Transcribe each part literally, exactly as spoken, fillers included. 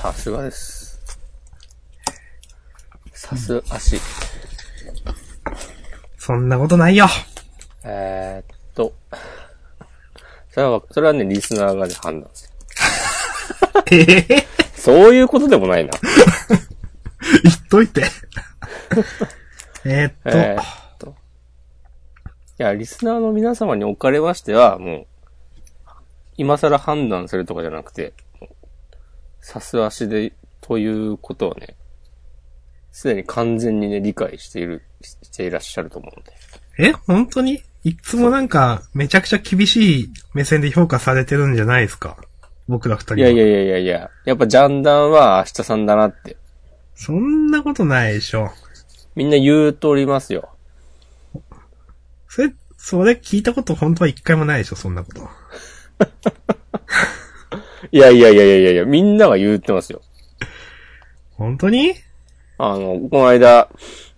さすがです。さす足。 そんなことないよ。 えーっと。それは、それはね、リスナーが、ね、判断する。えぇ、ー、そういうことでもないな。 言っといて。えーっと。えーっと。 いや、リスナーの皆様におかれましては、もう、今更判断するとかじゃなくて、さす足で、ということをね、すでに完全にね、理解している、していらっしゃると思うので。 え、本当にいつもなんか、めちゃくちゃ厳しい目線で評価されてるんじゃないですか、僕ら二人は。 いやいやいやいやいや、やっぱジャンダンは明日さんだなって。 そんなことないでしょ。 みんな言うとおりますよ。 それ、それ聞いたこと本当は一回もないでしょ、そんなこと。 いやいやいやいやいや、みんなが言ってますよ。 本当に？ あの、この間、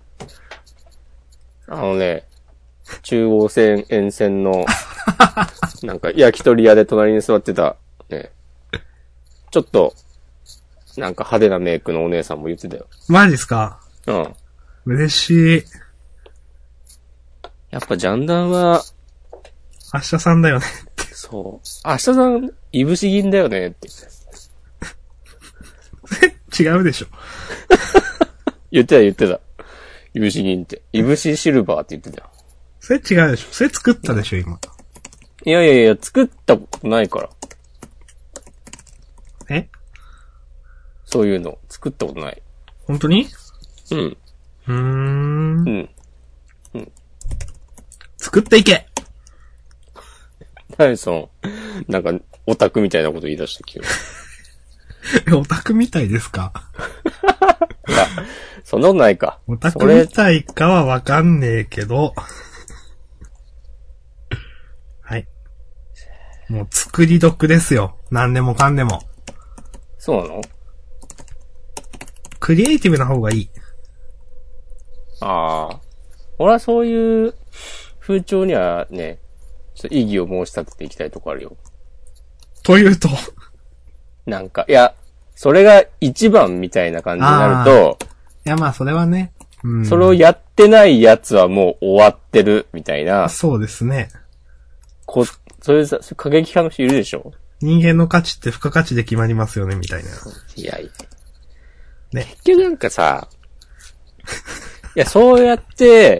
あのね、中央線沿線の、なんか焼き鳥屋で隣に座ってた、ね、ちょっと、なんか派手なメイクのお姉さんも言ってたよ。 マジっすか？ うん。 嬉しい。 やっぱジャンダンは、 明日さんだよね。 そう。明日さん、いぶし銀だよねって。 違うでしょ。 言ってた言ってた。いぶし銀って。いぶしシルバーって言ってたよ。 それ違うでしょ。それ作ったでしょ、今。 いやいやいや、作ったことないから。 え？ そういうの、作ったことない。 本当に？ うん。 うーん。 うん。うん。 作っていけ！ 何その、なんか、オタクみたいなこと言い出した急に。 え、オタクみたいですか？ いや、そんなことないか。 オタクみたいかはわかんねえけど。はい。もう作り得ですよ。何でもかんでも。 そうなの？ クリエイティブな方がいい。 ああ。俺はそういう風潮にはね、ちょっと異議を申し立てていきたいとこあるよ。 というと。 なんか、いや、それが一番みたいな感じになると、 いやまあそれはね、 うん、それをやってないやつはもう終わってるみたいな。 そうですね。 こ、それさ、過激派の人いるでしょ？ 人間の価値って付加価値で決まりますよね、みたいな。 いやいや。 ね。 結局なんかさ、いや、そうやって、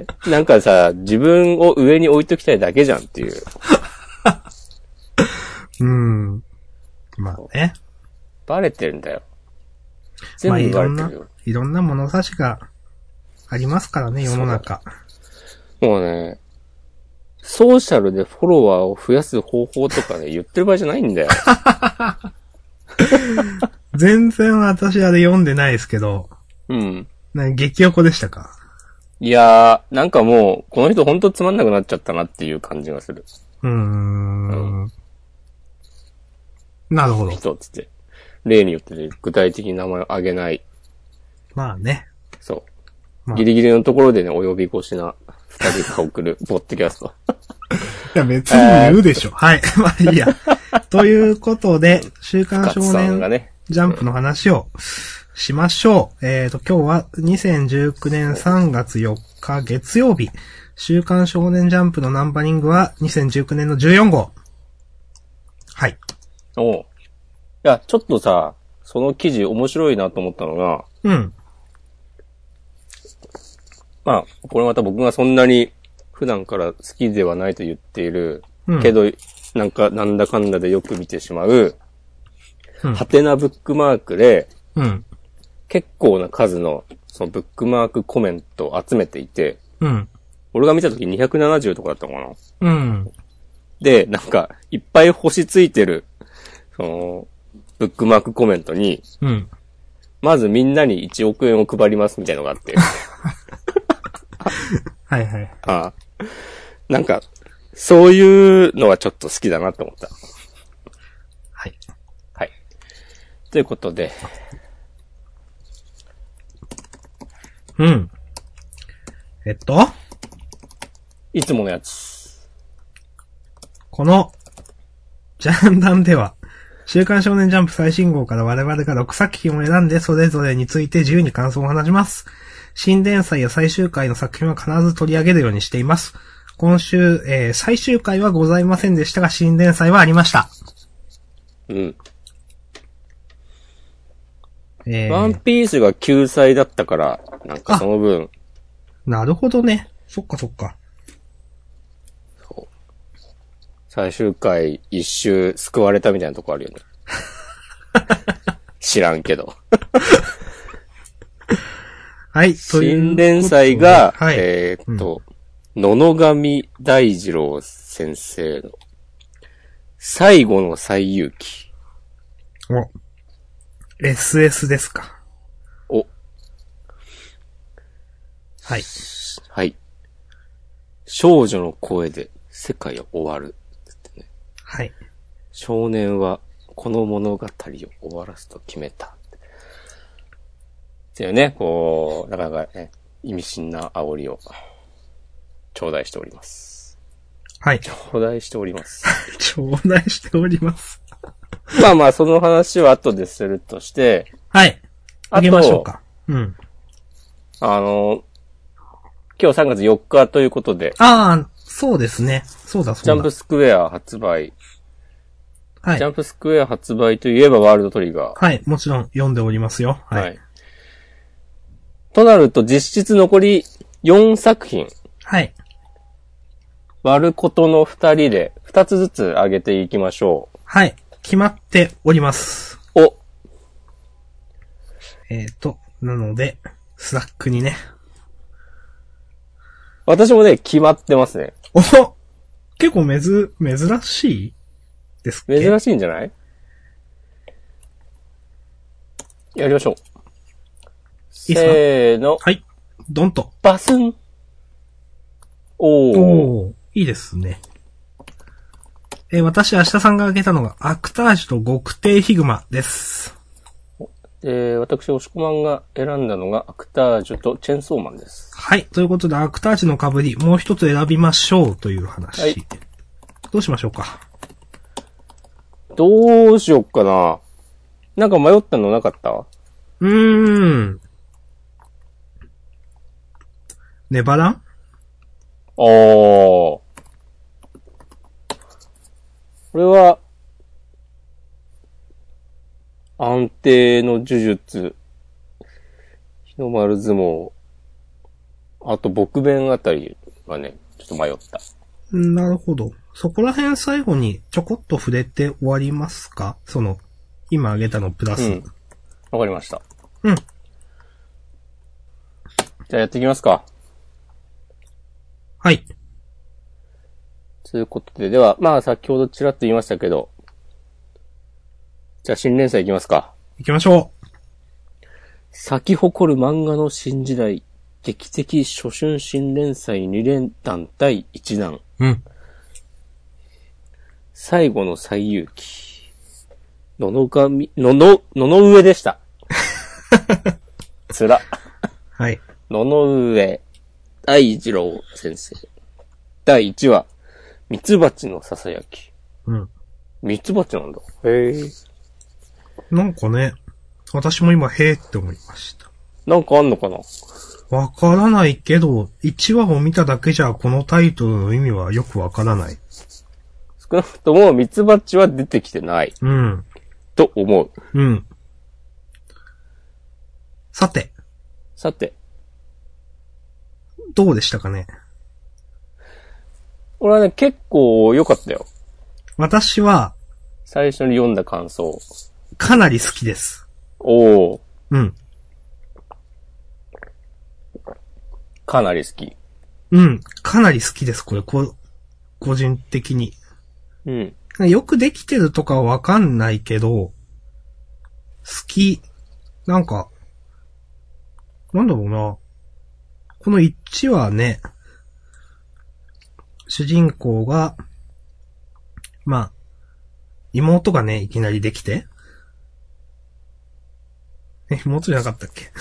なんかさ、自分を上に置いときたいだけじゃんっていう。 うん。まあね。 バレてるんだよ。全部バレてるよ。まあ、いろんな、 いろんな物差しがありますからね、世の中。 もうね、ソーシャルでフォロワーを増やす方法とかね、言ってる場合じゃないんだよ。 全然私あれ読んでないですけど。 うん。 な、激横でしたか？ いやー、なんかもう、この人ほんとつまんなくなっちゃったなっていう感じがする。 うーん。うん、なるほど。 人つって。例によって、ね、具体的に名前を挙げない。 まあね。 そう。まあ、ギリギリのところでね、及び腰な二人が送るポッドキャスト。 いや別に言うでしょ。えー、はい。まあいいや。ということで、週刊少年ジャンプの話をしましょう。えっと、今日はにせんじゅうきゅうねんさんがつよっか月曜日。週刊少年ジャンプのナンバリングはにせんじゅうきゅうねんのじゅうよんごう。はい。 おう。いや、ちょっとさ、その記事面白いなと思ったのが、 うん。 まあ、これまた僕がそんなに普段から好きではないと言っている、うん、けど、なんか、なんだかんだでよく見てしまう、うん、ハテナブックマークで、 うん、 結構な数の、そのブックマークコメントを集めていて、 うん、 俺が見たときにひゃくななじゅうとかだったのかな。うん。 で、なんか、いっぱい星ついてる、その、ブックマークコメントに、 うん、 まずみんなにいちおくえんを配りますみたいなのがあって。 はいはい。 ああ。なんか、そういうのはちょっと好きだなって思った。 はい。 はい。ということで。 うん。えっといつものやつ。 この、ジャンダンでは、 週刊少年ジャンプ最新号から我々がろくさく品を選んで、それぞれについて自由に感想を話します。新連載や最終回の作品は必ず取り上げるようにしています。今週、えー、最終回はございませんでしたが、新連載はありました。 うん。えー、ワンピースが救済だったから、なんかその分。 なるほどね。そっかそっか。 そう。最終回一周救われたみたいなとこあるよね。知らんけど。 はい。 新連載が、はい、えー、っと、うん、野々上大二郎先生の最後の最遊記。 お。エスエス ですか。 お。 はい。 はい。少女の声で世界は終わる、ね。 はい。 少年はこの物語を終わらすと決めた。っていうね、こう、なかなかね、意味深な煽りを頂戴しております。 はい。 頂戴しております。 頂戴しております。 まあまあ、その話は後でするとして。 はい。あげましょうか。うん。 あの、今日さんがつよっかということで。 ああ、そうですね。そうだそうだ。 ジャンプスクエア発売。 はい。 ジャンプスクエア発売といえばワールドトリガー。 はい。もちろん読んでおりますよ。はい。はい、 となると実質残りよんさく品。 はい。 割ることのふたりでふたつずつ上げていきましょう。 はい。決まっております。 お。 えっと、なので、スラックにね。 私もね、決まってますね。 お結構めず、珍しいですっけ？ 珍しいんじゃない？やりましょう。 いいせーの。 はい。ドンと。 バスン。おー。 おー。いいですね。えー、私、明日さんが挙げたのが、アクタージュと極低ヒグマです。 えー、私、押し込まんが選んだのが、アクタージュとチェンソーマンです。 はい。ということで、アクタージュの被り、もう一つ選びましょうという話。はい。どうしましょうか。 どうしよっかな。なんか迷ったのなかった？ うーん。ネバラン？ あー。これは、安定の呪術、日の丸相撲、あと僕弁あたりはね、ちょっと迷った。 なるほど。そこら辺最後にちょこっと触れて終わりますか？その、今挙げたのプラス。うん。 わかりました。 うん。 じゃあやっていきますか。 はい。 ということで、では、まあ先ほどちらっと言いましたけど、じゃあ新連載いきますか。 行きましょう。 咲き誇る漫画の新時代、劇的初春新連載に連弾だいいちだん。 うん。 最後の最遊記。ののがみ、のの、のの上でした。つら。 はい。 のの上、大二郎先生。だいいちわ、ミツバチのささやき。 うん。 ミツバチなんだ。へえ。 なんかね、私も今、へーって思いました。 なんかあんのかな？ わからないけど、いちわを見ただけじゃこのタイトルの意味はよくわからない。 少なくともミツバチは出てきてない。 うん。 と思う。 うん。さて。 さて。 どうでしたかね？ 俺はね、結構良かったよ。 私は、 最初に読んだ感想。 かなり好きです。 おー。 うん。 かなり好き。 うん。かなり好きです、これ。こ個人的に。 うん。 よくできてるとかはわかんないけど、好き。なんか、なんだろうな。このいちわね、主人公が、まあ、妹がね、いきなりできて。え、妹じゃなかったっけ？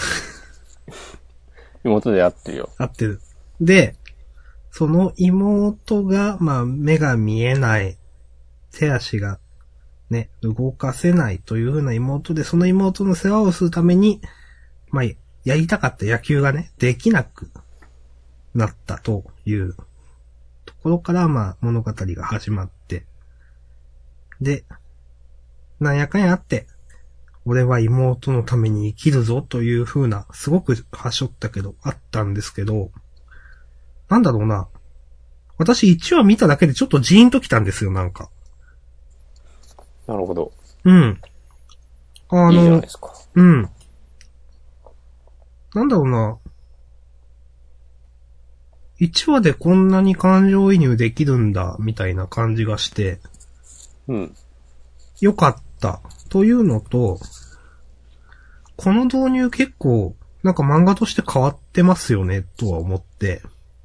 妹で合ってるよ。 合ってる。で、その妹が、まあ、目が見えない、手足がね、動かせないという風な妹で、その妹の世話をするために、まあ、やりたかった野球がね、できなくなったというところから、まあ、物語が始まって、で、なんやかんやあって、俺は妹のために生きるぞという風な、すごくはしょったけど、あったんですけど、なんだろうな。私いちわ見ただけでちょっとジーンときたんですよ、なんか。 なるほど。 うん。あの、 いいじゃないですか。 うん。なんだろうな。いちわでこんなに感情移入できるんだ、みたいな感じがして。 うん。 よかった。というのと、この導入結構、なんか漫画として変わってますよね、とは思って。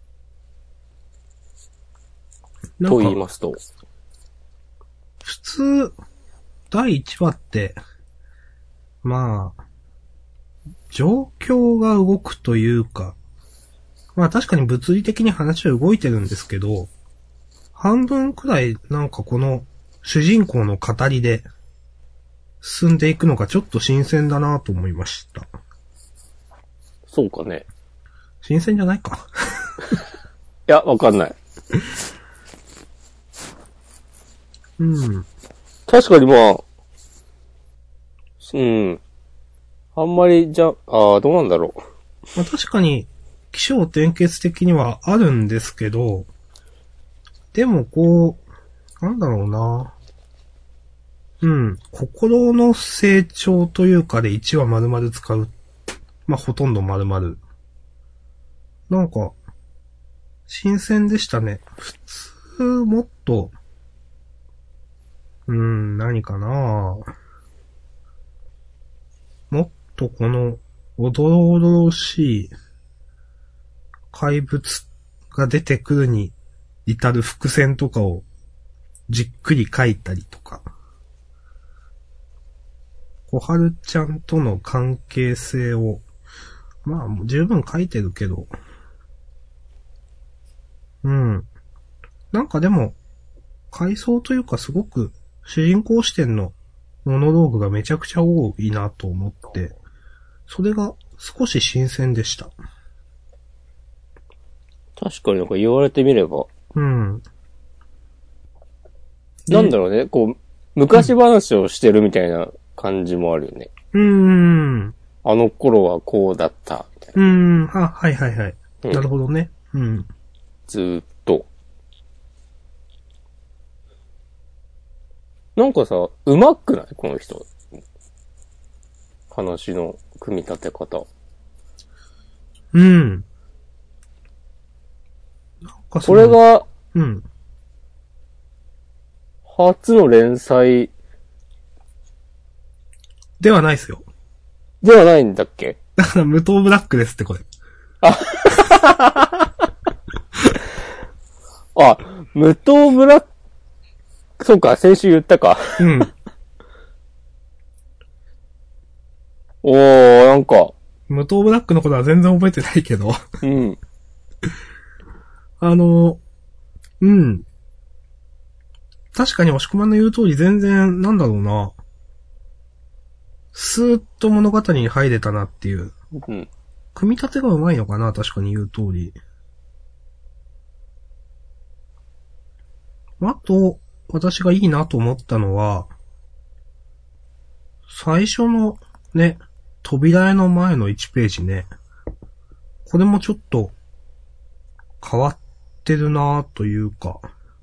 と言いますと。 普通、だいいちわって、まあ、状況が動くというか、まあ確かに物理的に話は動いてるんですけど、半分くらいなんかこの主人公の語りで進んでいくのがちょっと新鮮だなと思いました。 そうかね。 新鮮じゃないか。 いや、わかんない。 うん。 確かにまあ、うん。あんまり、じゃ、ああ、どうなんだろう。 まあ確かに、起承転結的にはあるんですけど、でもこう、なんだろうな。うん。心の成長というかでいちわ丸々使う。まあほとんど丸々。なんか、新鮮でしたね。普通もっと、うーん、何かなもっとこの、おどろおどろしい怪物が出てくるに至る伏線とかをじっくり書いたりとか、小春ちゃんとの関係性を、まあもう十分書いてるけど、うん。なんかでも、回想というかすごく主人公視点のモノローグがめちゃくちゃ多いなと思って、それが少し新鮮でした。 確かになんか言われてみれば。 うん。 なんだろうね、こう、昔話をしてるみたいな感じもあるよね。 うーん。 あの頃はこうだった、みたいな。 うーん。あ、はいはいはい。 うん、 なるほどね。うん。 ずーっと。なんかさ、うまくないこの人。話の組み立て方。 うん。なんかこれが、 うん。 初の連載ではないですよ。 ではないんだっけ？ だから無糖ブラックですってこれ。 ああ、無糖ブラック、そうか、先週言ったか。 うん。 おー、なんか。 無糖ブラックのことは全然覚えてないけど。 うん。 あの、うん。確かに押し込まんの言う通り全然、なんだろうな。スーッと物語に入れたなっていう。 うん。 組み立てがうまいのかな、確かに言う通り。あと、私がいいなと思ったのは、最初のね、扉絵の前のいちページね。これもちょっと変わってるなというか。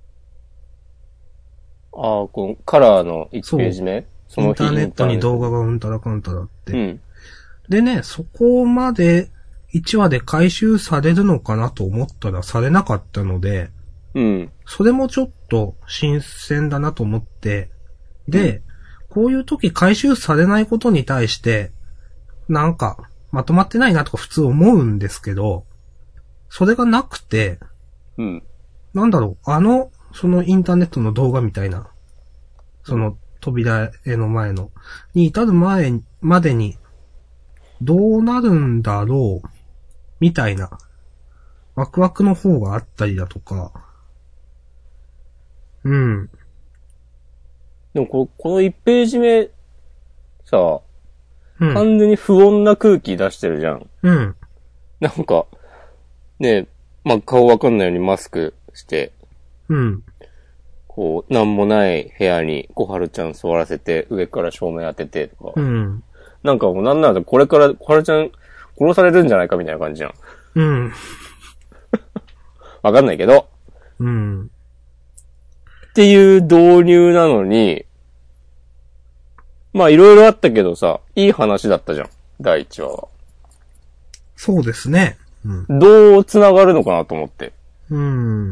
ああ、このカラーのいちページ目そのインターネットに動画がうんたらかんたらって。 うん。 でね、そこまでいちわで回収されるのかなと思ったらされなかったので、 うん。 それもちょっと新鮮だなと思って、で、うん、こういう時回収されないことに対して、なんか、まとまってないなとか普通思うんですけど、それがなくて、 うん。 なんだろう、あの、そのインターネットの動画みたいな、その扉絵の前の、に至る前までに、どうなるんだろう、みたいな、ワクワクの方があったりだとか、うん。 でもこ、このいちページ目、さ、 うん、 完全に不穏な空気出してるじゃん。 うん。 なんか、ね、まあ、顔わかんないようにマスクして、 うん。 こう、なんもない部屋に小春ちゃん座らせて、上から照明当ててとか。 うん。 なんかもうなんならこれから小春ちゃん殺されるんじゃないかみたいな感じじゃん。 うん。 わかんないけど。 うん。 っていう導入なのに、まあいろいろあったけどさ、いい話だったじゃん。だいいちわは。 そうですね。うん、 どう繋がるのかなと思って。 うん。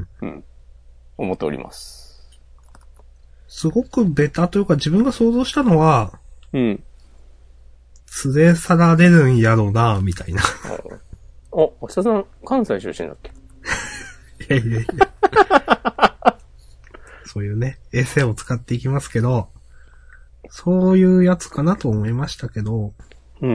うん。思っております。 すごくベタというか自分が想像したのは、 うん。 連れ去られるんやろな、みたいな。 あ、明日さん、関西出身だっけ？ いやいやいや。そういうね、エセを使っていきますけど、そういうやつかなと思いましたけど。 うん。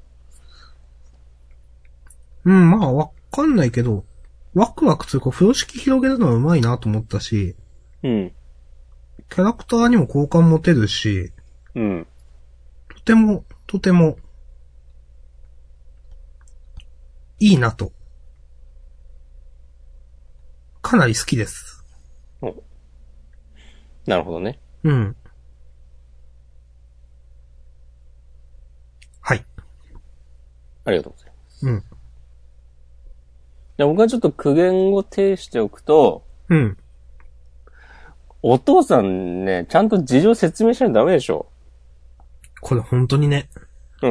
うん、まあわかんないけど、ワクワクというか風呂敷広げるのはうまいなと思ったし、 うん。 キャラクターにも好感持てるし、 うん。 とても、とても、いいなと。かなり好きです。 お、なるほどね。 うん。はい。 ありがとうございます。 うん。 で僕はちょっと苦言を呈しておくと、 うん。 お父さんね、ちゃんと事情説明しないとダメでしょ。 これ本当にね。 うん。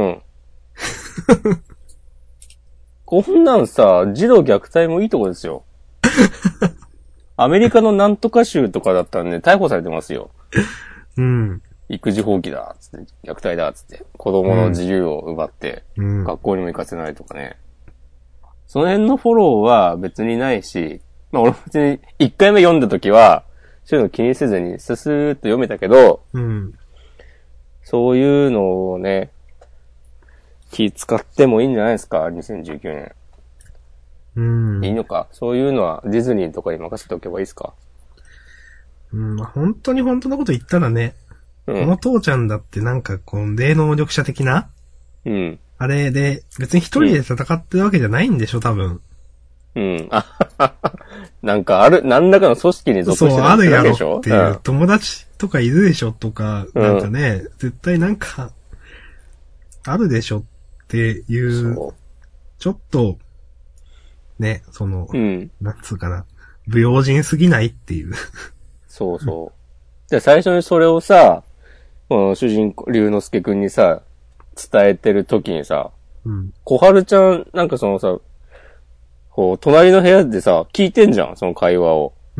こんなんさ、児童虐待もいいとこですよ。アメリカのなんとか州とかだったらね、逮捕されてますよ。 うん。 育児放棄だ、つって、虐待だ、つって、子供の自由を奪って、 うん、 学校にも行かせないとかね。その辺のフォローは別にないし、まあ俺も別に一回目読んだ時は、そういうの気にせずにススーっと読めたけど、 うん、 そういうのをね、気使ってもいいんじゃないですか、にせんじゅうきゅうねん。 うん。 いいのか、そういうのはディズニーとかに任せておけばいいですか。 うん、まあ、本当に本当のこと言ったらね、うん、この父ちゃんだってなんかこう、霊能力者的なうん。 あれで、別に一人で戦ってるわけじゃないんでしょ、多分。 うん。あなんかある、何らかの組織に属してるわけでしょ。 そう、あるやろっていう、うん、友達とかいるでしょとか、なんかね、うん、絶対なんか、あるでしょっていう、ちょっと、ね、その、うん、なんつうかな、不用心すぎないっていう。 そうそう。で、最初にそれをさ、この主人公、龍之介くんにさ、伝えてる時にさ、うん、小春ちゃん、なんかそのさ、こう、隣の部屋でさ、聞いてんじゃん、その会話を。 うん。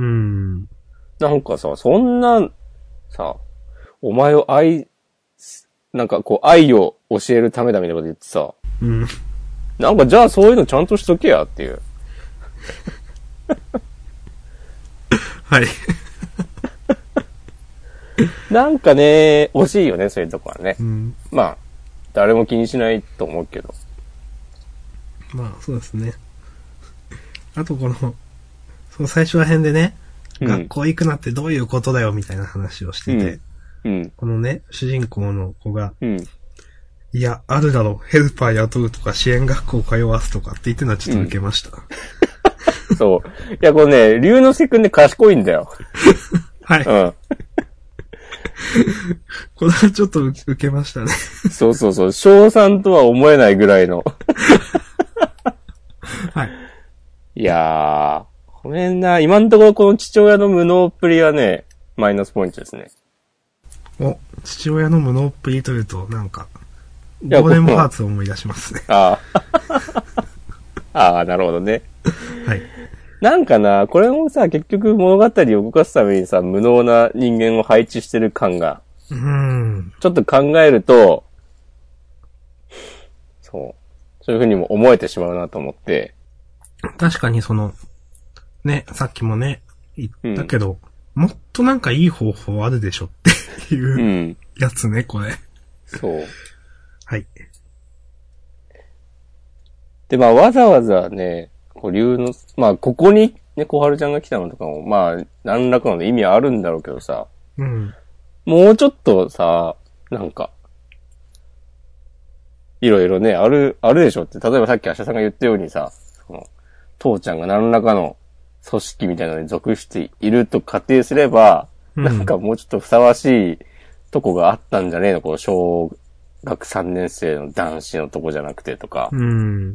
なんかさ、そんな、さ、お前を愛、なんかこう、愛を教えるためだみたいなこと言ってさ、 うん。 なんかじゃあそういうのちゃんとしとけやっていう。 はい。 なんかね、惜しいよね、そういうとこはね。 うん、 まあ、誰も気にしないと思うけど。 まあ、そうですね。あとこの、その最初ら辺でね、うん、学校行くなってどういうことだよみたいな話をしてて、 うんうん、 このね、主人公の子が、 うん、 いや、あるだろう、ヘルパー雇うとか支援学校通わすとかって言ってるのはちょっと受けました。 うん、そう。いや、これね、龍之介くんね、賢いんだよ。 はい。うん。これはちょっと受けましたね。 そうそうそう。小さんとは思えないぐらいの。 はい。 いやー、ごめんな。今のところこの父親の無能っぷりはね、マイナスポイントですね。 お、父親の無能っぷりというと、なんか、ゴーレムハーツを思い出しますね。 ああ。ああ、なるほどね。 はい。 なんかな、これもさ、結局物語を動かすためにさ、無能な人間を配置してる感が、 うーん。 ちょっと考えると、そう。そういう風にも思えてしまうなと思って。 確かにその、ね、さっきもね、言ったけど、うん、もっとなんかいい方法あるでしょっていうやつね、これ。 そう。 はい。 で、まあわざわざね、こう龍の、まあここにね、小春ちゃんが来たのとかも、まあ何らかの意味あるんだろうけどさ、 うん。 もうちょっとさ、なんか、いろいろね、ある、あるでしょって。例えばさっきアシャさんが言ったようにさ、その父ちゃんが何らかの組織みたいなのに属していると仮定すれば、うん、なんかもうちょっとふさわしいとこがあったんじゃねえの、この小学さんねん生の男子のとこじゃなくてとか。 うん。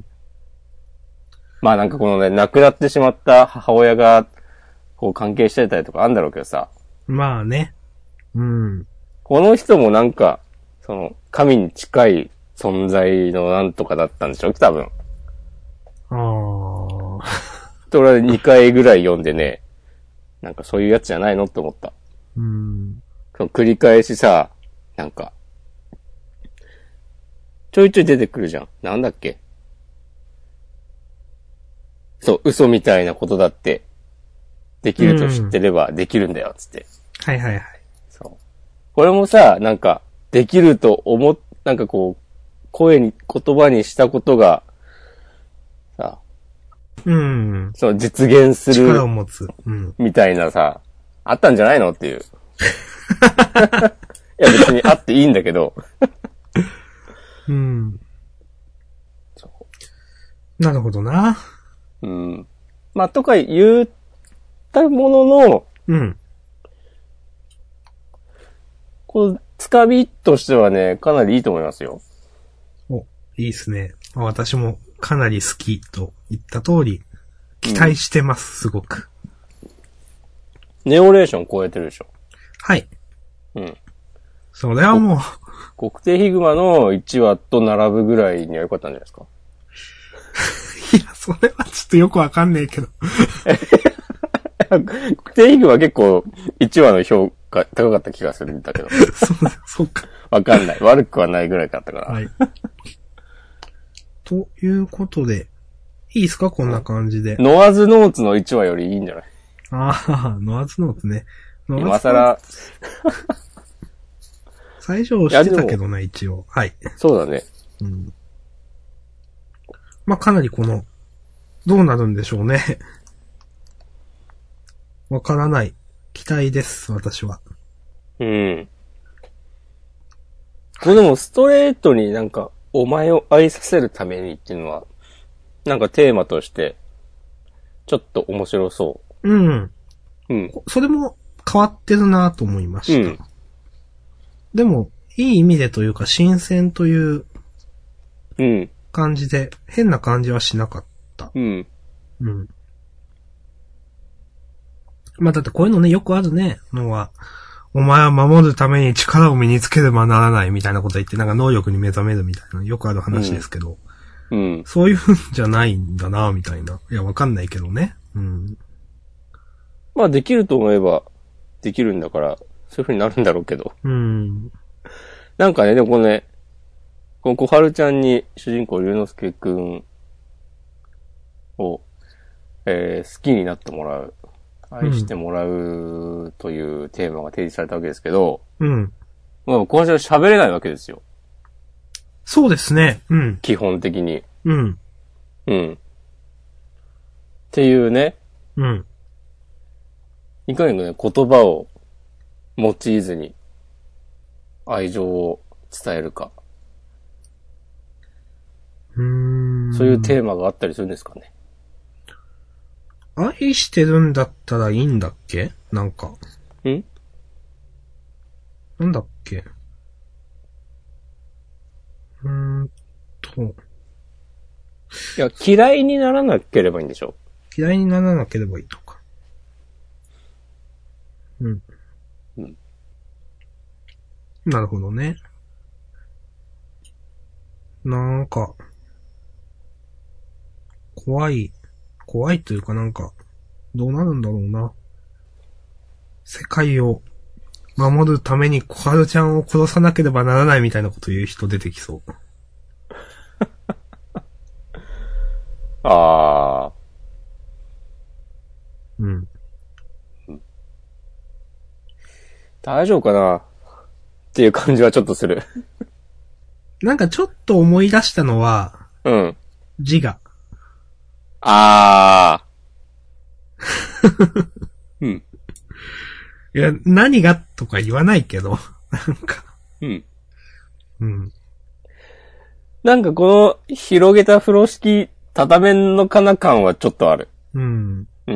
まあなんかこのね、亡くなってしまった母親が、こう関係してたりとかあるんだろうけどさ。 まあね。うん。 この人もなんか、その、神に近い存在のなんとかだったんでしょ多分。 ああ。 と俺はにかいぐらい読んでね、なんかそういうやつじゃないのって思った。 うん。 その繰り返しさ、なんか、ちょいちょい出てくるじゃん。なんだっけそう、嘘みたいなことだって、できると知ってればできるんだよ、つって。 はいはいはい。 そう。これもさ、なんか、できると思っ、なんかこう、声に、言葉にしたことが、さ、 うん。 その実現する。 力を持つ。うん。 みたいなさ、あったんじゃないのっていう。いや別にあっていいんだけど。 うん。なるほどな。 うん。まあ、とか言ったものの、 うん。 こう、つかみとしてはね、かなりいいと思いますよ。 お、いいっすね。私もかなり好きと言った通り、期待してます、うん、すごく。 ネオレーション超えてるでしょ。 はい。 うん。 それはもう。 国定ヒグマのいちわと並ぶぐらいには良かったんじゃないですか。 いや、それはちょっとよくわかんねえけど。 国定ヒグマ結構いちわの評価高かった気がするんだけど。 そう、そうか。 わかんない。悪くはないぐらいだったから。はい。 ということで、いいですかこんな感じで。 ノアズノーツのいちわよりいいんじゃない？ ああ、ノアズノーツね。 今更。 最初押してたけどな、一応。はい。 そうだね。 うん。まあ、かなりこの、どうなるんでしょうね。わからない。期待です、私は。 うん。これでもストレートになんか、お前を愛させるためにっていうのは、なんかテーマとして、ちょっと面白そう。 うん。 うん。 それも変わってるなと思いました。うん。でも、いい意味でというか、新鮮という、 うん。 感じで、変な感じはしなかった。 うん。 うん。まあ、だってこういうのね、よくあるね、のは、お前は守るために力を身につければならないみたいなこと言って、なんか能力に目覚めるみたいな、よくある話ですけど。 うん。うん、 そういうんじゃないんだな、みたいな。いや、わかんないけどね。うん。 まあ、できると思えば、できるんだから、そういう風になるんだろうけど。 うん。 なんかね、でもこのね、この小春ちゃんに主人公龍之介くんを、えー、好きになってもらう、愛してもらうというテーマが提示されたわけですけど、 うん。 まあ、小春ちゃん喋れないわけですよ。 そうですね。うん。 基本的に。 うん。 うん。っていうね。 うん。 いかにもね、言葉を用いずに愛情を伝えるか。 うーん。 そういうテーマがあったりするんですかね。 愛してるんだったらいいんだっけなんか。 んなんだっけうーんと。いや、嫌いにならなければいいんでしょ？ 嫌いにならなければいいとか。うん。 うん。 なるほどね。なんか、怖い、怖いというかなんか、どうなるんだろうな。世界を守るために小春ちゃんを殺さなければならないみたいなこと言う人出てきそう。 ああ。 うん。 大丈夫かなっていう感じはちょっとする。 なんかちょっと思い出したのは、 うん。 自我。 ああ。うん。 いや、何がとか言わないけど、なんか。 うん。 うん。 なんかこの広げた風呂敷、畳めんのかな感はちょっとある。 うん。 うん。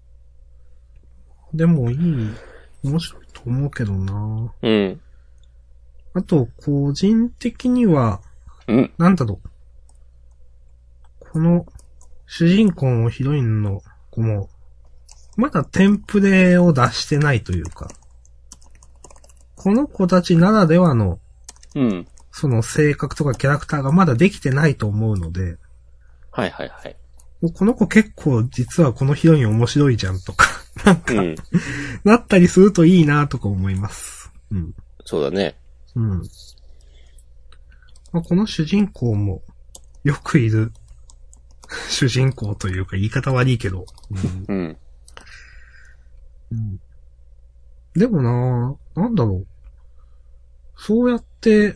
でもいい、面白いと思うけどな。 うん。 あと、個人的には、 うん。 なんだろう。この、主人公のヒロインの子も、まだテンプレを出してないというか、この子たちならではの、 うん。 その性格とかキャラクターがまだできてないと思うので、 はいはいはい。 この子結構実はこのヒロイン面白いじゃんとか、なんか、 うん、 なったりするといいなとか思います。うん。 そうだね。 うん。まあ、この主人公も、よくいる、主人公というか言い方悪いけど。 うん。うんうん、でもなぁ、なんだろう。そうやって、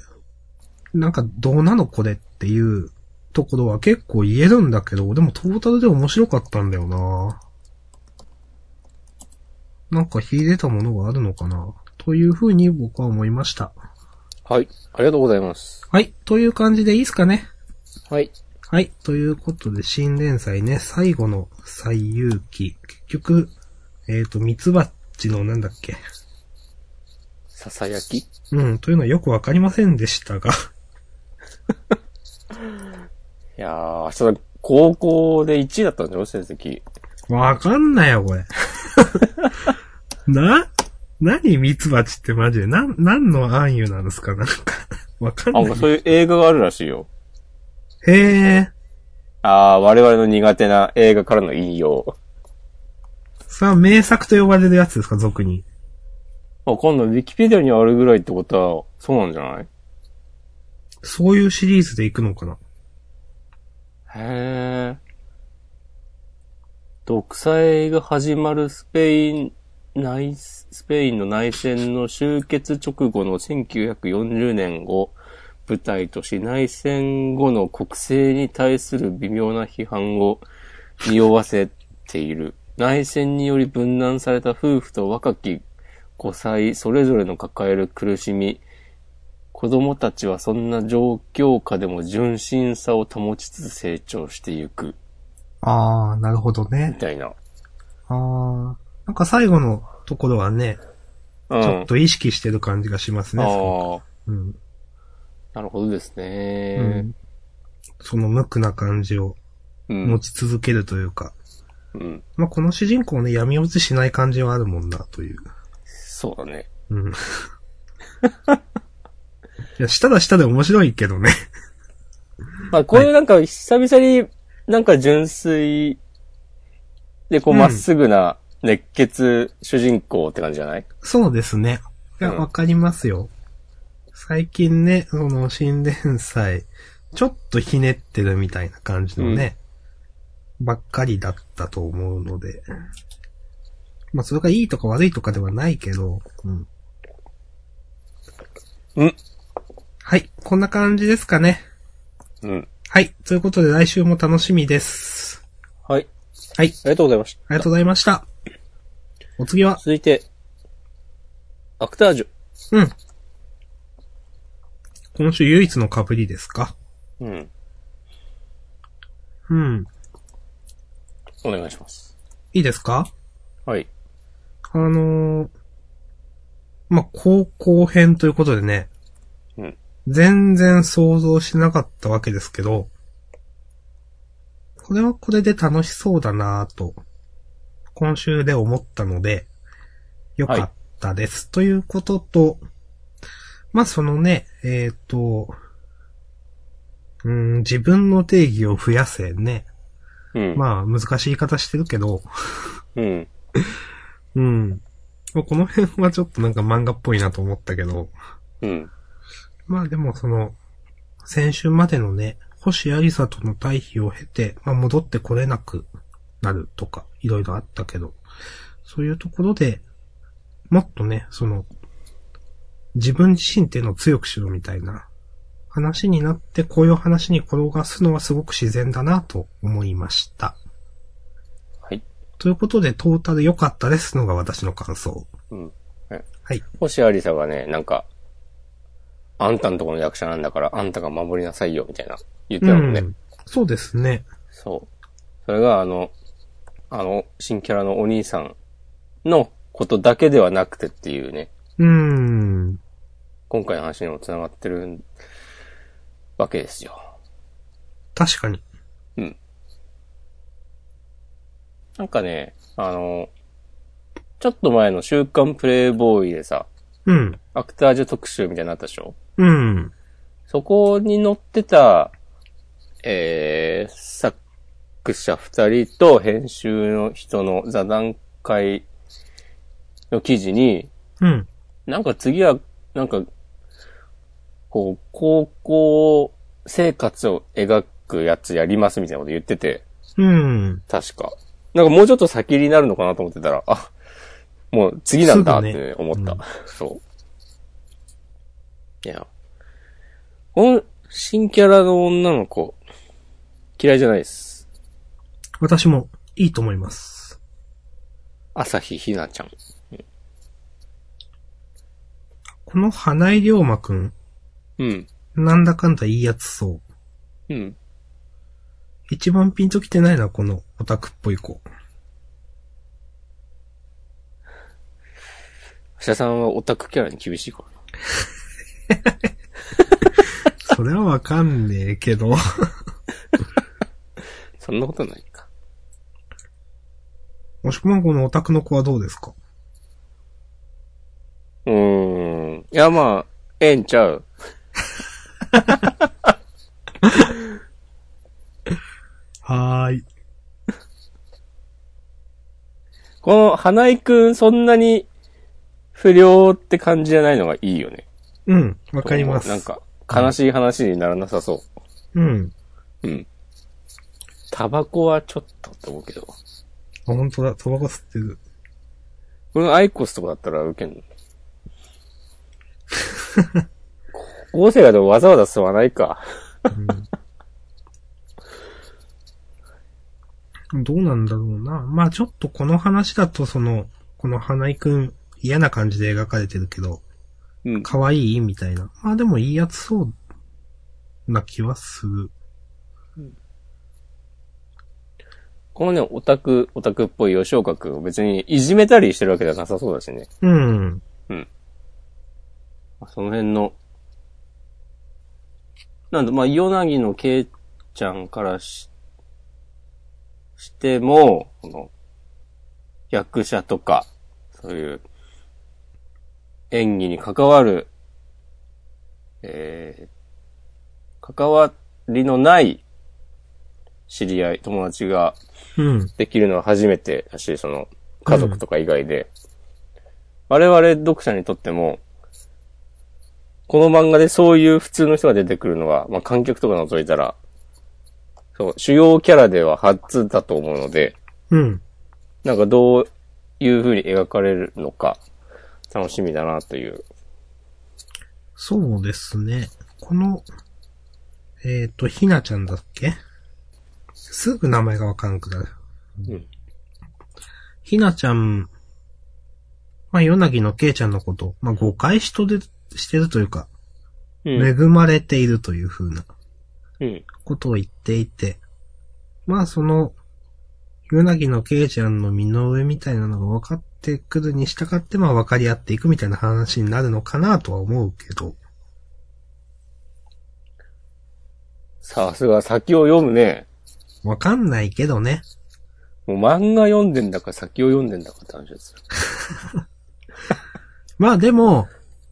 なんかどうなのこれっていうところは結構言えるんだけど、でもトータルで面白かったんだよなぁ。なんか秀でたものがあるのかなというふうに僕は思いました。 はい。ありがとうございます。 はい。という感じでいいですかね。 はい。 はい。ということで、新連載ね、最後の最遊記。結局、えっと、ミツバチのなんだっけ。 ささやきうん、というのはよくわかりませんでしたが。 いやー、明日高校でいちいだったんだよ、成績。 わかんないよ、これ。な何ミツバチってマジで、なん、何の暗喩なんですかなんか、わかんない。 あ、そういう映画があるらしいよ。 へえ。 あー、我々の苦手な映画からの引用。 さあ、名作と呼ばれるやつですか、俗に。 あ、今度ウィキペディアにあるぐらいってことは、そうなんじゃない？ そういうシリーズで行くのかな。 へー。独裁が始まるスペイン、内、スペインの内戦の終結直後のせんきゅうひゃくよんじゅうねんを舞台とし、内戦後の国政に対する微妙な批判を匂わせている。内戦により分断された夫婦と若きごさいそれぞれの抱える苦しみ。子供たちはそんな状況下でも純真さを保ちつつ成長していく。 あー、なるほどね。 みたいな。 あー。なんか最後のところはね、うん、ちょっと意識してる感じがしますね。ああ。うん。 なるほどですね、 うん。その無垢な感じを持ち続けるというか。うん。まあ、この主人公ね、闇落ちしない感じはあるもんな、という。 そうだね。 うん。いや、したらしたで面白いけどね。 まあ、こういうなんか久々になんか純粋でこうまっすぐな熱血主人公って感じじゃない？ うん、そうですね。いや、わ、うん、かりますよ。最近ね、その新連載、ちょっとひねってるみたいな感じのね、うん、ばっかりだったと思うので。まあ、それがいいとか悪いとかではないけど、うん。 うん。 はい、こんな感じですかね。 うん。 はい、ということで来週も楽しみです。 はい。 はい。 ありがとうございました。 ありがとうございました。お次は続いて、アクタージュ。 うん。今週唯一の被りですか？ うん。 うん。 お願いします。 いいですか？ はい。 あのー、まあ、高校編ということでね。 うん。 全然想像しなかったわけですけど、これはこれで楽しそうだなぁと、今週で思ったので、よかったです。はい、ということと、まあ、そのね、えっと、うん、自分の定義を増やせね。うん、まあ、難しい言い方してるけど、 うん。 うん。この辺はちょっとなんか漫画っぽいなと思ったけど、 うん。 まあでもその、先週までのね、星ありさとの対比を経て、まあ戻ってこれなくなるとか、いろいろあったけど、そういうところで、もっとね、その、自分自身っていうのを強くしろみたいな話になって、こういう話に転がすのはすごく自然だなと思いました。 はい。 ということで、トータル良かったですのが私の感想。 うん。 はい。 星ありさがね、なんか、あんたのところの役者なんだから、あんたが守りなさいよ、みたいな、言ってたもんね。うん、 そうですね。 そう。それが、あの、あの、新キャラのお兄さんのことだけではなくてっていうね。 うーん。 今回の話にも繋がってるわけですよ。 確かに。 うん。なんかね、あの、ちょっと前の週刊プレイボーイでさ、 うん。 アクタージュ特集みたいになったでしょ？ うん。 そこに載ってた、えー、作者二人と編集の人の座談会の記事に、 うん。 なんか次は、なんか、こう、高校生活を描くやつやりますみたいなこと言ってて。 うん。 確か。なんかもうちょっと先になるのかなと思ってたら、あ、もう次なんだって思った。ね、うん、そう。いや。この新キャラの女の子、嫌いじゃないです。 私もいいと思います。 朝日ひなちゃん。うん、 この花井龍馬くん。 うん。 なんだかんだいいやつそう。 うん。 一番ピンときてないな、このオタクっぽい子。 橋田さんはオタクキャラに厳しいからな。 それはわかんねえけど。 そんなことないか。 もしくはこのオタクの子はどうですか？ うーん。いや、まあ、ええんちゃう。 はーい。 この花井くんそんなに不良って感じじゃないのがいいよね。 うん、わかります。 なんか悲しい話にならなさそう。 うん。 うん。タバコはちょっとって思うけど。 あ、本当だ、タバコ吸ってる。 このアイコスとかだったら受けんの。高校生がでもわざわざ吸わないか。 うん、どうなんだろうな。まあちょっとこの話だとその、この花井くん嫌な感じで描かれてるけど、うん。可愛いみたいな。まあでもいいやつそうな気はする。うん、 このね、オタク、オタクっぽい吉岡くんを別にいじめたりしてるわけではなさそうだしね。 うん。 うん。その辺の、なんだ、まあ、ヨナギのケイちゃんからし、しても、この、役者とか、そういう演技に関わる、えー、関わりのない知り合い、友達ができるのは初めてだし、その家族とか以外で、うん、我々読者にとっても、この漫画でそういう普通の人が出てくるのは、まあ、観客とか除いたら、そう、主要キャラでは初だと思うので、 うん。 なんかどういう風に描かれるのか、楽しみだなという。 そうですね。この、えっと、ひなちゃんだっけ？すぐ名前がわかんなくなる。うん。ひなちゃん、まあ、ヨナギのケイちゃんのこと、まあ、誤解しとで、してるというか、うん、恵まれているという風な、うん。ことを言っていて、まあ、その、ヨナギのケイちゃんの身の上みたいなのが分かってくるに従って、まあ、分かり合っていくみたいな話になるのかなとは思うけど。 さすが先を読むね。 わかんないけどね。 もう漫画読んでんだか先を読んでんだかって話ですよ。 まあでも、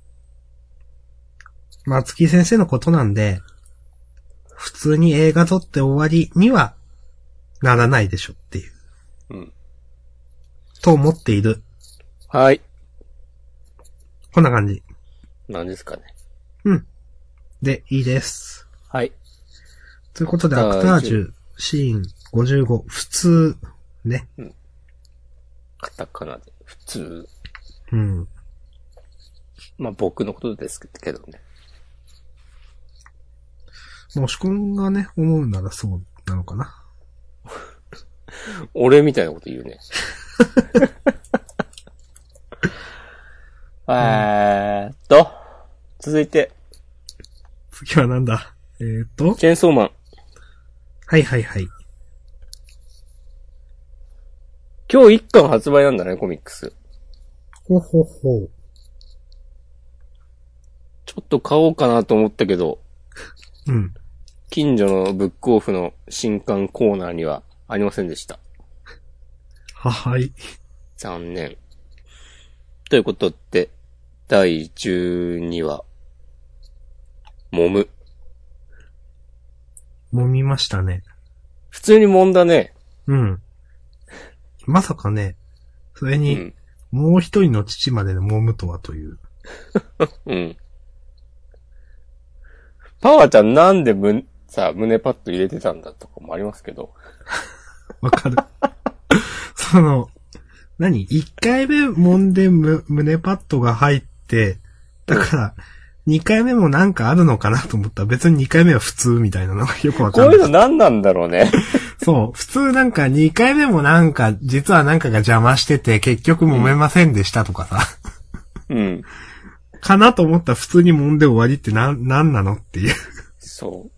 松木先生のことなんで、普通に映画撮って終わりにはならないでしょっていう。うん。と思っている。 はい。 こんな感じ。 何ですかね。 うん。で、いいです。 はい。 ということで、アクタージュ、シーンごじゅうご、普通、ね。うん。 カタカナで、普通。 うん。 まあ僕のことですけどね。 もしくんがね、思うならそうなのかな。 俺みたいなこと言うね。 えーっと、うん、続いて。 次はなんだえーっと。 チェーンソーマン。 はいはいはい。 今日一巻発売なんだね、コミックス。 ほほほ。 ちょっと買おうかなと思ったけど。 うん。 近所のブックオフの新刊コーナーにはありませんでした。 ははい。 残念。ということで、だいじゅうにわ。揉む。 揉みましたね。 普通に揉んだね。 うん。まさかね、それに、もう一人の父まで揉むとはという。 うん。パワーちゃんなんでむ、さ、胸パッド入れてたんだとかもありますけど。 わかる。その、何一回目揉んでむ胸パッドが入って、だから、二回目もなんかあるのかなと思ったら別に二回目は普通みたいなのがよくわかんない。 こういうの何なんだろうね。 そう。普通なんか二回目もなんか、実はなんかが邪魔してて結局揉めませんでしたとかさ。 うん。 かなと思ったら普通に揉んで終わりってなん、なんなのっていう。 そう。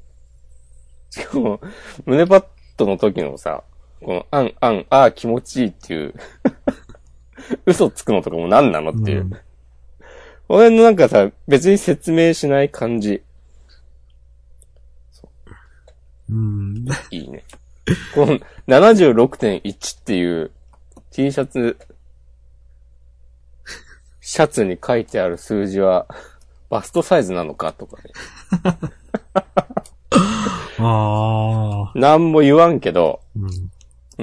しかも、胸パッドの時のさ、この、あん、あん、あー気持ちいいっていう、嘘つくのとかも何なのっていう。うん、俺のなんかさ、別に説明しない感じ。 そう。うん。 いいね。この ななじゅうろくてんいち っていう T シャツ、シャツに書いてある数字は、バストサイズなのかとかね。 ああ。 なんも言わんけど、 うん。 うん。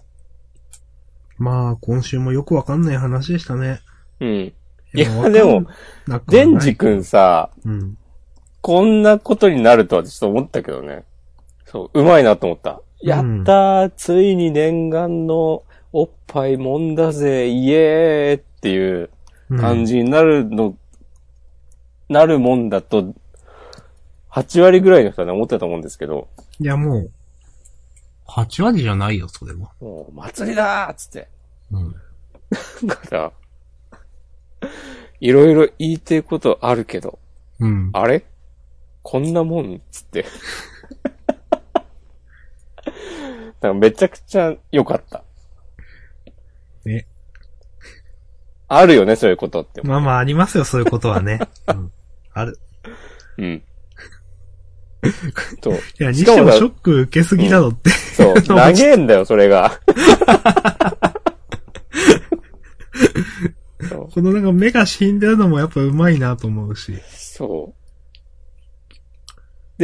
まあ、今週もよくわかんない話でしたね。 うん。いや、でも、デンジ君さ、うん、こんなことになるとはちょっと思ったけどね。そう、うまいなと思った。うん、やったー、ついに念願のおっぱいもんだぜ、イエーっていう感じになるの、うん、なるもんだと、はちわりぐらいの人はね、思ってたと思うんですけど。 いや、もう、はちわりじゃないよ、それは。 もう、祭りだーっつって。 うん。 だから、いろいろ言いてえことあるけど。 うん。 あれこんなもんつって。だからめちゃくちゃ良かった。 ね。 あるよね、そういうことって。 まあまあ、ありますよ、そういうことはね。うん。ある。 うん。そう。いや、にしてもショック受けすぎだろって。 うん、そう。長えんだよ、それが。 このなんか目が死んでるのもやっぱうまいなと思うし。 そう。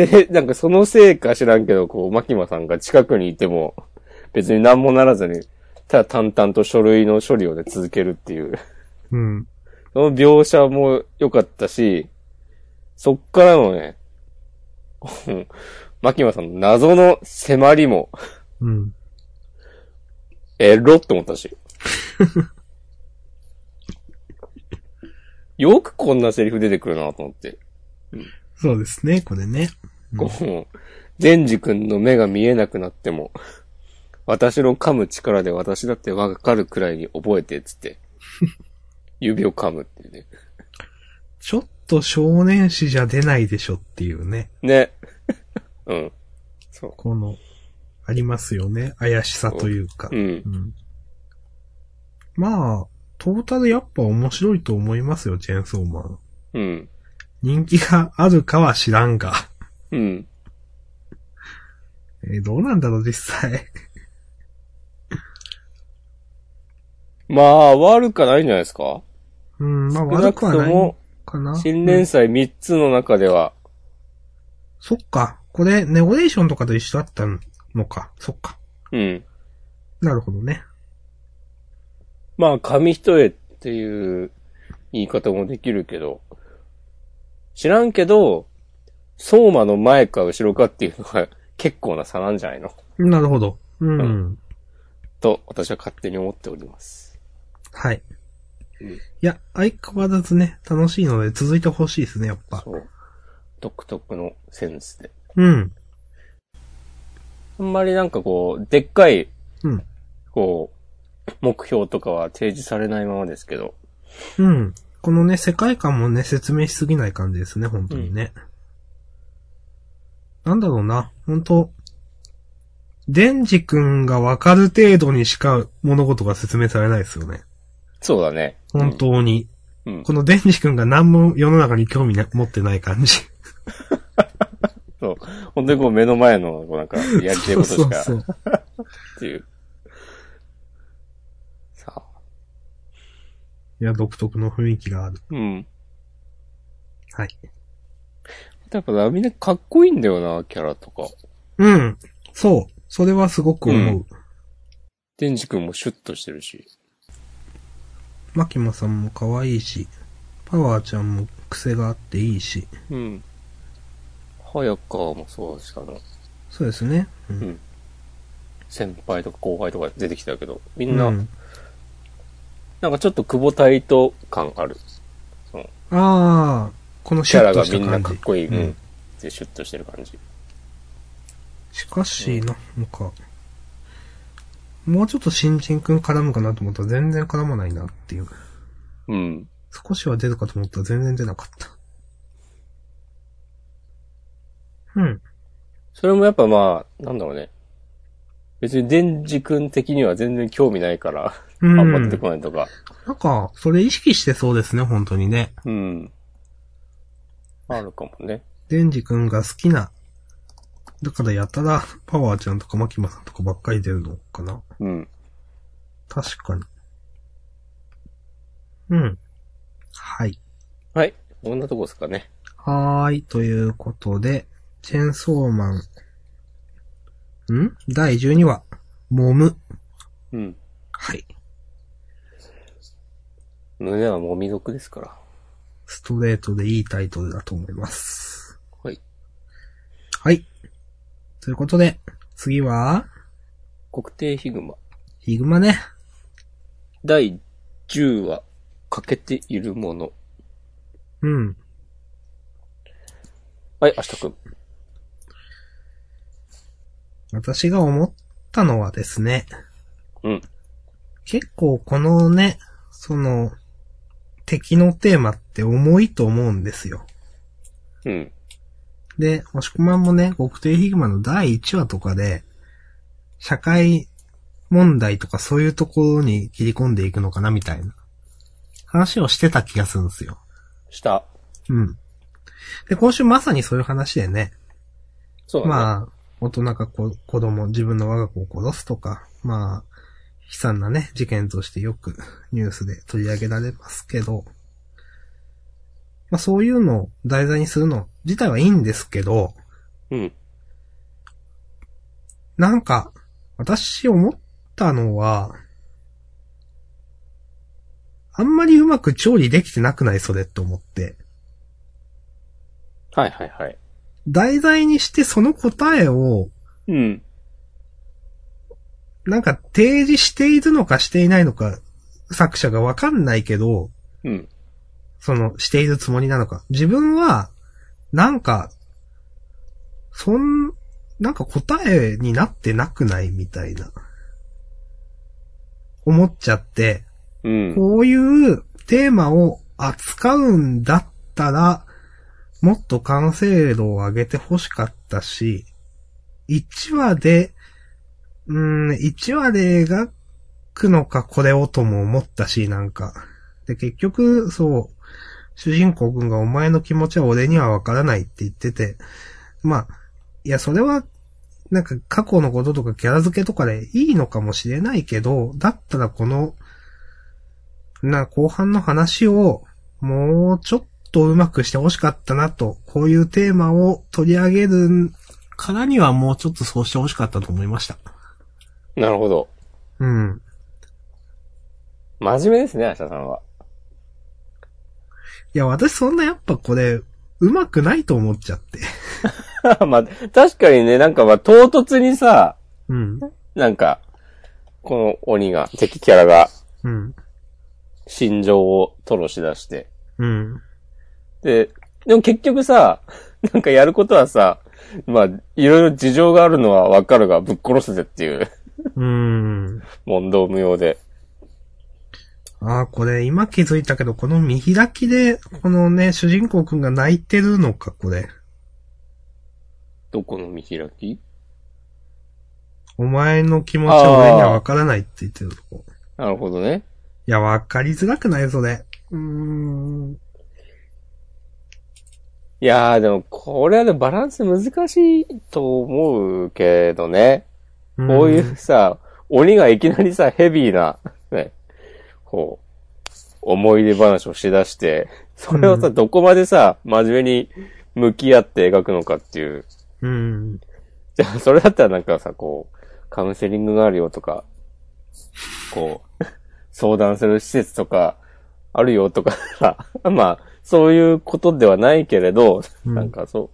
で、なんかそのせいか知らんけど、こう、マキマさんが近くにいても、別に何もならずに、ただ淡々と書類の処理をね、続けるっていう。 うん。 その描写も良かったし、そっからのね、マキマさんの謎の迫りも、 うん。 エロって思ったし。よくこんなセリフ出てくるなと思って。 うん、そうですね、これね。 うん、こう、デンジ君の目が見えなくなっても、私の噛む力で私だってわかるくらいに覚えて、つって。指を噛むっていうね。 ちょっと少年誌じゃ出ないでしょっていうね。 ね。うん。そう。 この、ありますよね。怪しさというか。 う。うん。うん、 まあ、トータルやっぱ面白いと思いますよ、チェーンソーマン。 うん。 人気があるかは知らんが。 うん。 えー、どうなんだろう、実際。 まあ、悪くはないんじゃないですか？ うん、まあ悪くはないかな。 新連載みっつの中では、うん。 そっか。これ、ネゴレーションとかと一緒だったのか。そっか。 うん。 なるほどね。 まあ、紙一重っていう言い方もできるけど、知らんけど、相馬の前か後ろかっていうのが結構な差なんじゃないの？ なるほど。うん。うん、 と、私は勝手に思っております。 はい。うん、いや、相変わらずね、楽しいので続いてほしいですね、やっぱ。 そう。独特のセンスで。 うん。 あんまりなんかこう、でっかい、 うん。 こう、目標とかは提示されないままですけど。 うん。 このね、世界観もね、説明しすぎない感じですね、本当にね。うん、なんだろうな、本当デンジ君がわかる程度にしか物事が説明されないですよね。 そうだね。 本当に。 うん、 このデンジ君が何も世の中に興味な持ってない感じ。 そう。本当にこう目の前の、こうなんか、やりたいことしか。そうそうそうっていう。さあ。 いや、独特の雰囲気がある。 うん。 はい。 やっぱみんなかっこいいんだよな、キャラとか。 うん。そう。それはすごく思う。うん、 デンジ君もシュッとしてるし。 マキマさんも可愛いし、パワーちゃんも癖があっていいし。 うん。早川もそうしたの。 そうですね。 うん。うん、先輩とか後輩とか出てきたけど、みんな、うん、なんかちょっと久保タイト感ある。そのああ、このシュッとした感じ。 キャラがみんなかっこいい。うん。で、シュッとしてる感じ。 しかし、なんか、もうちょっと新人くん絡むかなと思ったら全然絡まないなっていう。 うん。 少しは出るかと思ったら全然出なかった。うん。 それもやっぱまあ、なんだろうね。別にデンジ君的には全然興味ないから、うん、あんま出てこないとか。 なんか、それ意識してそうですね、本当にね。 うん。あるかもね。 デンジ君が好きな、だからやたらパワーちゃんとかマキマさんとかばっかり出るのかな。 うん。 確かに。うん。はい。 はい。こんなとこですかね。 はーい。ということで、チェーンソーマン。んだいじゅうにわ。揉む。 うん。 はい。 胸は揉み毒ですから。 ストレートでいいタイトルだと思います。 はい。 はい。ということで、次は国定ヒグマ。 ヒグマね。 だいじゅうわ。欠けているもの。 うん。 はい、明日くん。 私が思ったのはですね。 うん。 結構このね、その、敵のテーマって重いと思うんですよ。 うん。 で、もしこまんもね、極低ヒグマのだいいちわとかで、社会問題とかそういうところに切り込んでいくのかなみたいな話をしてた気がするんですよ。 した。 うん。で、今週まさにそういう話でね。 そうだね。 まあ、大人が子供、自分の我が子を殺すとか、まあ、悲惨なね、事件としてよくニュースで取り上げられますけど、まあそういうのを題材にするの自体はいいんですけど、 うん。 なんか、私思ったのは、あんまりうまく調理できてなくないそれって思って。 はいはいはい。 題材にしてその答えを、 うん。 なんか提示しているのかしていないのか、作者がわかんないけど、 うん。 その、しているつもりなのか。自分は、なんか、そん、なんか答えになってなくないみたいな。思っちゃって、 うん。 こういうテーマを扱うんだったら、もっと完成度を上げて欲しかったし、いちわで、うーん、いちわで描くのかこれをとも思ったし、なんか。で、結局、そう、主人公くんがお前の気持ちは俺にはわからないって言ってて、まあ、いや、それは、なんか過去のこととかキャラ付けとかでいいのかもしれないけど、だったらこの、な、後半の話を、もうちょっとうまくして欲しかったなと、こういうテーマを取り上げるからにはもうちょっとそうして欲しかったと思いました。 なるほど。 うん。 真面目ですね、明日さんは。 いや、私そんなやっぱこれ、うまくないと思っちゃって。 まあ、確かにね、なんかまあ、唐突にさ、 うん。 なんか、この鬼が、敵キャラが、 うん。 心情を吐露し出して。 うん。 で、でも結局さ、なんかやることはさ、まあ、いろいろ事情があるのはわかるが、ぶっ殺すぜっていう。 うーん。 問答無用で。 ああ、これ今気づいたけど、この見開きで、このね、主人公くんが泣いてるのか、これ。 どこの見開き？ お前の気持ちは俺にはわからないって言ってるとこ。 なるほどね。 いや、わかりづらくないそれ。うーん。 いやー、でも、これはね、バランス難しいと思うけどね。こういうさ、鬼がいきなりさ、ヘビーな、ね、こう、思い出話をしだして、それをさ、どこまでさ、真面目に向き合って描くのかっていう。 うん。 じゃあ、それだったらなんかさ、こう、カウンセリングがあるよとか、こう、相談する施設とか、あるよとかさ、まあ、そういうことではないけれど、うん、なんかそう。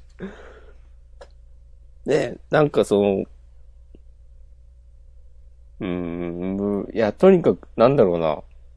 ね、なんかその、うーん、いや、とにかく、なんだろうな。い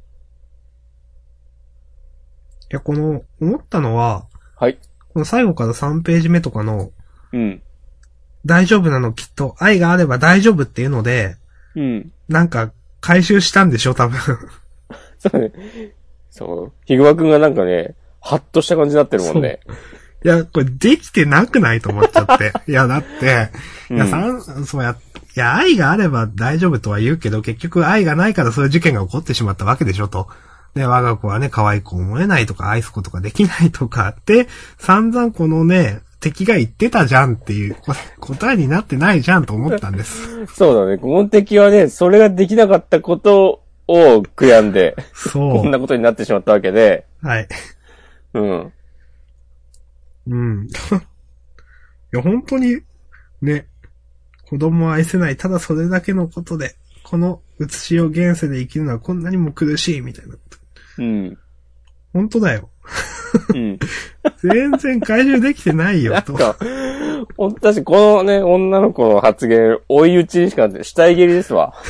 や、この、思ったのは、 はい。 この最後からさんページ目とかの、 うん。 大丈夫なのきっと、愛があれば大丈夫っていうので、 うん。 なんか、回収したんでしょ、多分。 そうね。そう。ヒグマくんがなんかね、ハッとした感じになってるもんね。 いや、これできてなくないと思っちゃって。いや、だって、いや、さん、そうや、いや、愛があれば大丈夫とは言うけど、結局愛がないからそういう事件が起こってしまったわけでしょと。で、我が子はね、可愛く思えないとか、愛すことができないとかって、散々このね、敵が言ってたじゃんっていう、答えになってないじゃんと思ったんです。 そうだね。この敵はね、それができなかったことを悔やんで、そう。こんなことになってしまったわけで。 はい。 うん。 うん。いや、本当に、ね、子供を愛せない、ただそれだけのことで、この写しを現世で生きるのはこんなにも苦しいみたいな。 うん。 本当だよ。 うん。 全然回収できてないよ、と。 私、このね、女の子の発言、追い打ちにしかなって、死体蹴りですわ。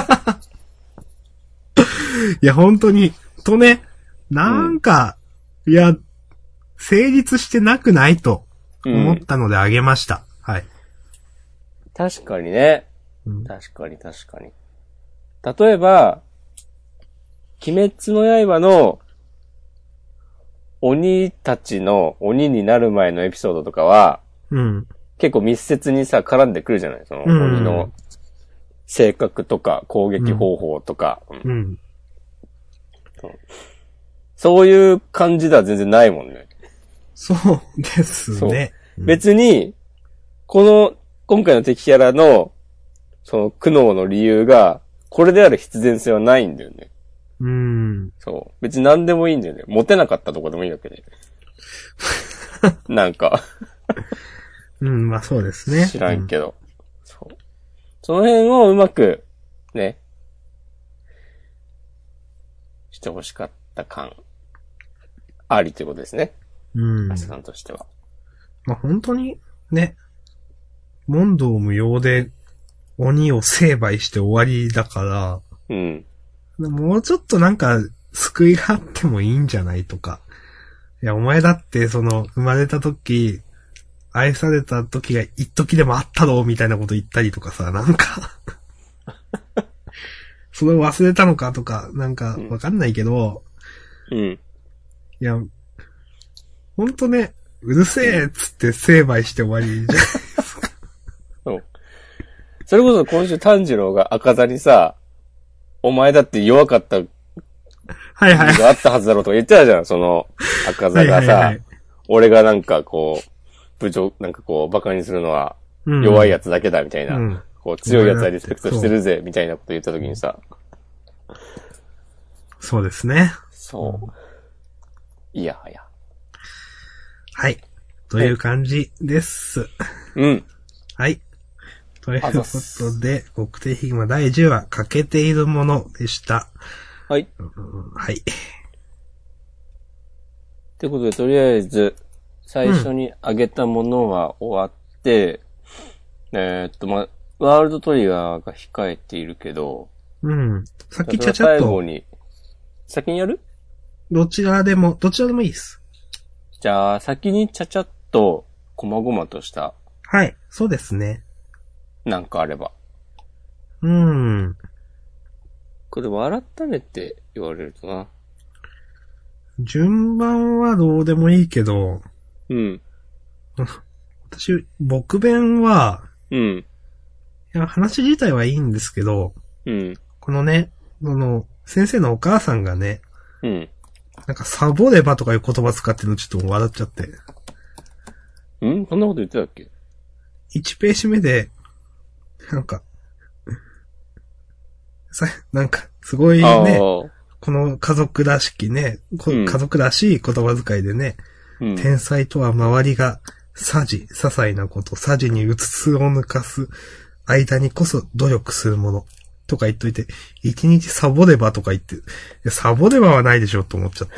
いや、本当に、とね、なんか、うん、いや、成立してなくないと思ったのであげました。うん、はい。 確かにね。うん、確かに確かに。例えば、鬼滅の刃の鬼たちの鬼になる前のエピソードとかは、 うん、 結構密接にさ、絡んでくるじゃない？その鬼の性格とか攻撃方法とか。 うんうん、 そういう感じでは全然ないもんね。 そうですね。 うん、別に、この、今回の敵キャラの、その苦悩の理由が、これである必然性はないんだよね。 うーん。 そう。別に何でもいいんだよね。モテなかったとこでもいいわけで。なんか。 うん、まあそうですね。 知らんけど。うん、そう。その辺をうまく、ね。してほしかった感。ありということですね。 うん。 アスさんとしては。 まあ本当に、ね。問答無用で鬼を成敗して終わりだから。 うん。 もうちょっとなんか、救いがあってもいいんじゃないとか。いや、お前だってその、生まれた時、愛された時が一時でもあったろうみたいなこと言ったりとかさ、なんか。それを忘れたのかとか、なんか、わかんないけど。 うん。 いや、ほんとね、うるせえっつって成敗して終わりじゃないですか。 そう。それこそ今週炭治郎が赤座にさ、お前だって弱かったはいはい。 があったはずだろうとか言ってたじゃん、その赤座がさ、はいはいはい、俺がなんかこう、部長、なんかこう、馬鹿にするのは弱いやつだけだみたいな、うん、こう強いやつはリスペクトしてるぜ、みたいなこと言った時にさ。 そうですね。 そう。いやはや。 はい。という感じです。 うん。 はい。ということで、極低ヒグマだいじゅうわ、欠けているものでした。 はい。 うん、はい。 ということで、とりあえず、最初に挙げたものは終わって、うん、えー、っと、ま、ワールドトリガーが控えているけど、 うん。さっきちゃちゃっと。 最後に、先にやる？ どちらでも、どちらでもいいです。 じゃあ、先にちゃちゃっと、こまごまとした。 はい、そうですね。 なんかあれば。 うーん。 これも改めて言われるとな。 順番はどうでもいいけど、 うん。 私、僕弁は、 うん。 いや、話自体はいいんですけど、 うん。 このね、その、先生のお母さんがね、 うん。 なんかサボればとかいう言葉使ってるのちょっと笑っちゃって。 んそんなこと言ってたっけ ? いち ページ目で、なんか、さ、なんか、すごいね、この家族らしきね、うん、家族らしい言葉遣いでね、うん、天才とは周りが、さじ、些細なこと、さじにうつつを抜かす間にこそ努力するもの、とか言っといて、一日サボればとか言って、いやサボればはないでしょと思っちゃって。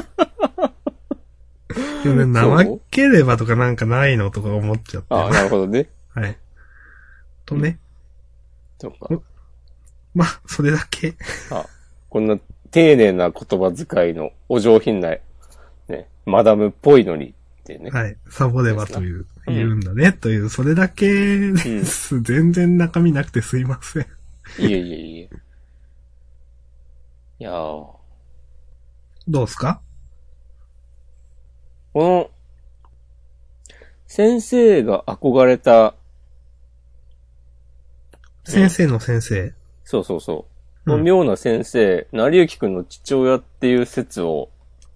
でもね、怠ければとかなんかないのとか思っちゃって。 ああ、なるほどね。 はい。とね。 そうか。 まあ、それだけ。 あ、こんな丁寧な言葉遣いのお上品な、ね、マダムっぽいのにってね。 はい。サボればという、言うんだね、うん、という、それだけです、うん。全然中身なくてすいません。 いえいえいえ。いやー。 どうすか？ この、先生が憧れた、 先生の先生。 そうそうそう。この妙な先生、うん、成幸くんの父親っていう説を、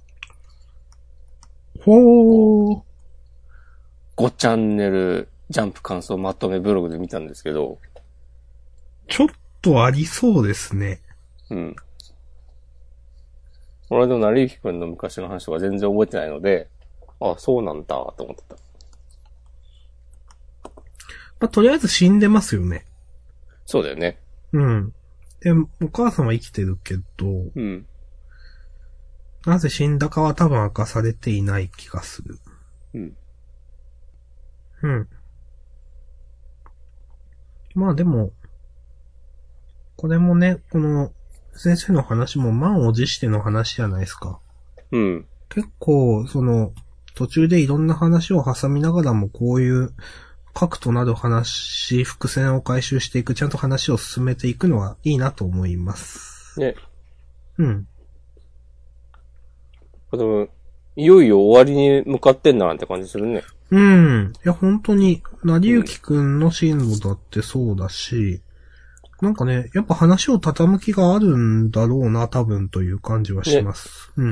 ほー。 ごチャンネルジャンプ感想まとめブログで見たんですけど。 ちょっとありそうですね。 うん。俺でも成幸くんの昔の話とか全然覚えてないので、あ、そうなんだと思ってた。 まあ、とりあえず死んでますよね。 そうだよね。 うん。で、お母さんは生きてるけど、 うん。 なぜ死んだかは多分明かされていない気がする。 うん。 うん。まあでも、これもね、この、先生の話も満を持しての話じゃないですか。 うん。 結構、その、途中でいろんな話を挟みながらもこういう核となる話、伏線を回収していく、ちゃんと話を進めていくのはいいなと思います。 ね。 うん。 でも、いよいよ終わりに向かってんだなんて感じするね。 うん。いや、本当に、成幸くんの進路だってそうだし、うん、なんかね、やっぱ話を畳む気があるんだろうな、多分という感じはします。ね、うん。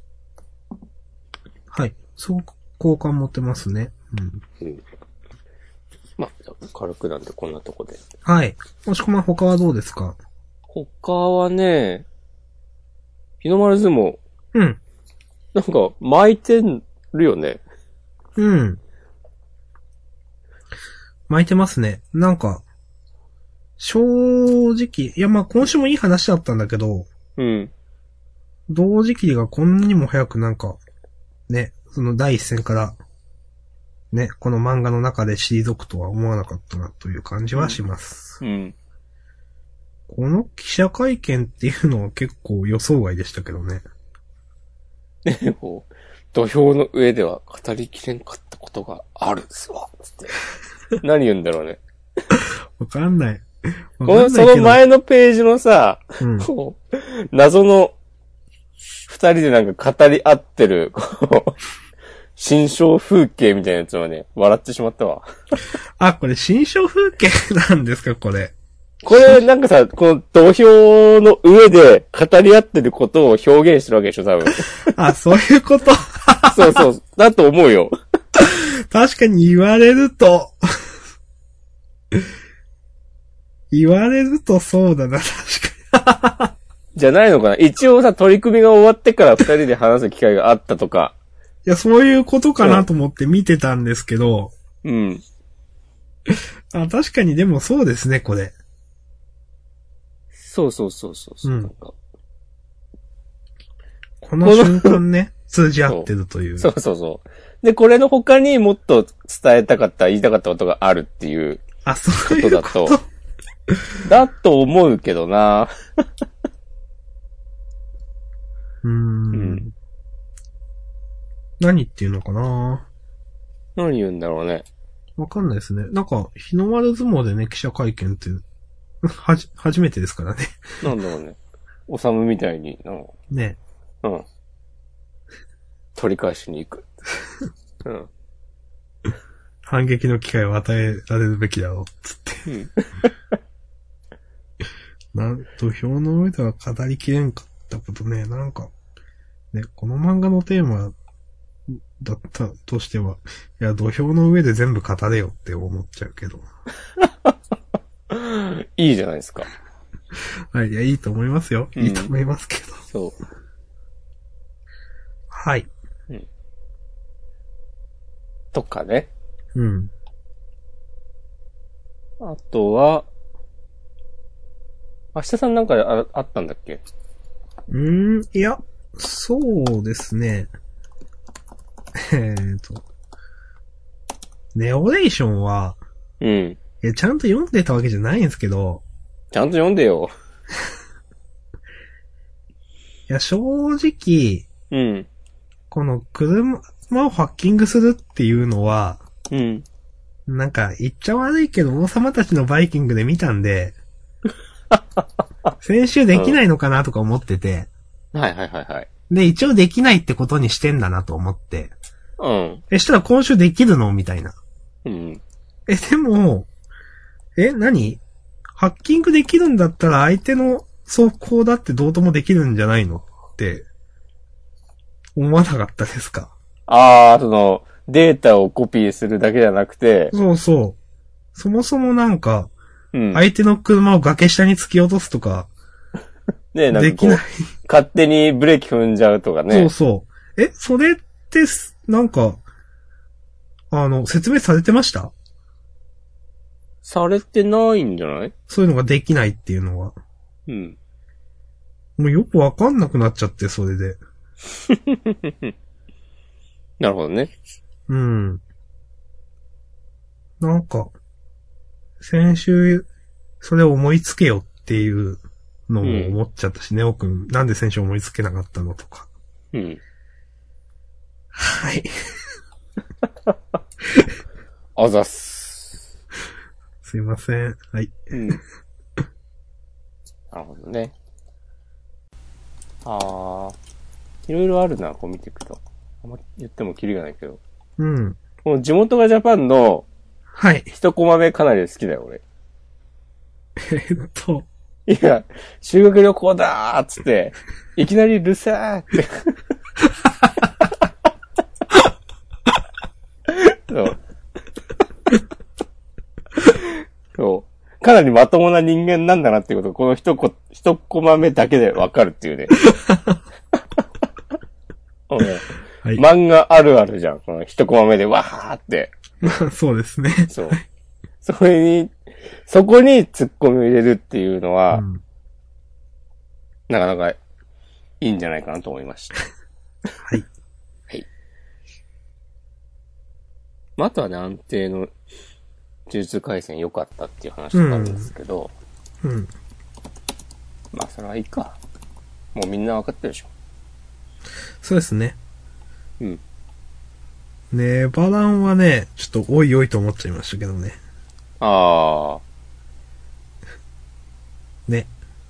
はい。すごく好感持ってますね。うん。うん、 まあ、軽くなんでこんなとこで。 はい。もしくは他はどうですか？ 他はね、日の丸相撲。 うん。 なんか、巻いてるよね。 うん。巻いてますね。なんか、正直、いやまあ今週もいい話だったんだけど、 うん。 同時期がこんなにも早くなんか、ね、その第一線から、ね、この漫画の中で退くとは思わなかったなという感じはします。 うん。うん、 この記者会見っていうのは結構予想外でしたけどね。 ね、こう、土俵の上では語りきれんかったことがあるんですわ、つって。何言うんだろうね。 わかんない。 この、その前のページのさ、 うん、 こう謎の二人でなんか語り合ってる、こう、新象風景みたいなやつはね、笑ってしまったわ。 あ、これ新象風景なんですか、これ。 これ、なんかさ、この土俵の上で語り合ってることを表現してるわけでしょ、多分。 あ、そういうことそうそう、だと思うよ。 確かに言われると、言われるとそうだな、確かに。じゃないのかな。一応さ、取り組みが終わってから二人で話す機会があったとか。 いや、そういうことかなと思って見てたんですけど。 うん。 あ、確かにでもそうですね、これ。 そうそうそうそう。 うん。この瞬間ね、通じ合ってるという。 そうそうそう。で、これの他にもっと伝えたかった、言いたかったことがあるっていう。 あ、そういうことだと。 だと思うけどな。 うーん。うん。何っていうのかな。 何言うんだろうね。 わかんないですね。なんか、日の丸相撲でね、記者会見ってはじ、初めてですからね。 なんだろうね。おさむみたいに、なんかね。 うん。取り返しに行く。うん。 反撃の機会を与えられるべきだろう、つって。うん。なん、土俵の上では語りきれんかったことね、なんか、ね、この漫画のテーマだったとしては、いや、土俵の上で全部語れよって思っちゃうけど。 いいじゃないですか。 はい、いや、いいと思いますよ。うん、いいと思いますけど。 そう。 はい。 うん。とかね。 うん。 あとは、明日さんなんか あ, あったんだっけ？ うーん、いや、そうですね。えーと。ネオレーションは、 うん。 いや、ちゃんと読んでたわけじゃないんですけど。 ちゃんと読んでよ。 いや、正直、 うん。 この車をハッキングするっていうのは、 うん。 なんか、言っちゃ悪いけど、王様たちのバイキングで見たんで、先週できないのかなとか思ってて、 うん、はいはいはいはい。 で、一応できないってことにしてんだなと思って。 うん。 え、したら今週できるのみたいな。 うん。 え、でも、え、何ハッキングできるんだったら相手の走行だってどうともできるんじゃないのって思わなかったですか？ ああ、その、データをコピーするだけじゃなくて。 そうそう。そもそもなんか、 うん、 相手の車を崖下に突き落とすとか、 ねえ、なんかできない。勝手にブレーキ踏んじゃうとかね。 そうそう。え、それって、なんか、あの、説明されてました？ されてないんじゃない？ そういうのができないっていうのは。 うん。 もうよくわかんなくなっちゃって、それで。 なるほどね。 うん。なんか、先週、それを思いつけよっていうのも思っちゃったし、うん、ネオくん、なんで先週思いつけなかったのとか。 うん。 はい。 あざっす。 すいません。はい。 うん。なるほどね。ああ、いろいろあるな、こう見ていくと。あんま言ってもキリがないけど。 うん。 この地元がジャパンの、 はい。 一コマ目かなり好きだよ、俺。 えっと。 いや、修学旅行だーっつって、いきなりルサーって。そう。そう。かなりまともな人間なんだなっていうことを、この一コ、一コマ目だけでわかるっていうね。はい、漫画あるあるじゃん。この一コマ目でわーって。 そうですね。 そう。それに、そこに突っ込みを入れるっていうのは、うん、なかなかいいんじゃないかなと思いました。 はい。 はい。まあ、あとはね、安定の呪術廻戦良かったっていう話とかあるんですけど、 うん。うん、 まあ、それはいいか。もうみんな分かってるでしょ。 そうですね。 うん。 ネバランはね、ちょっとおいおいと思っちゃいましたけどね。 ああ。 ね。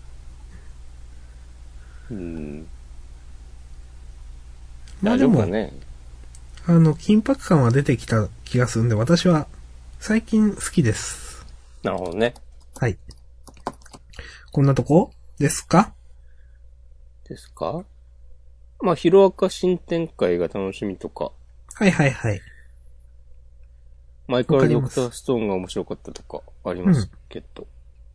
うん。 まあでも、 ね、 あの、緊迫感は出てきた気がするんで、私は最近好きです。 なるほどね。 はい。こんなとこですかですか？まあ、ヒロアカ新展開が楽しみとか。 はいはいはい。 前からドクターストーンが面白かったとかありますけど。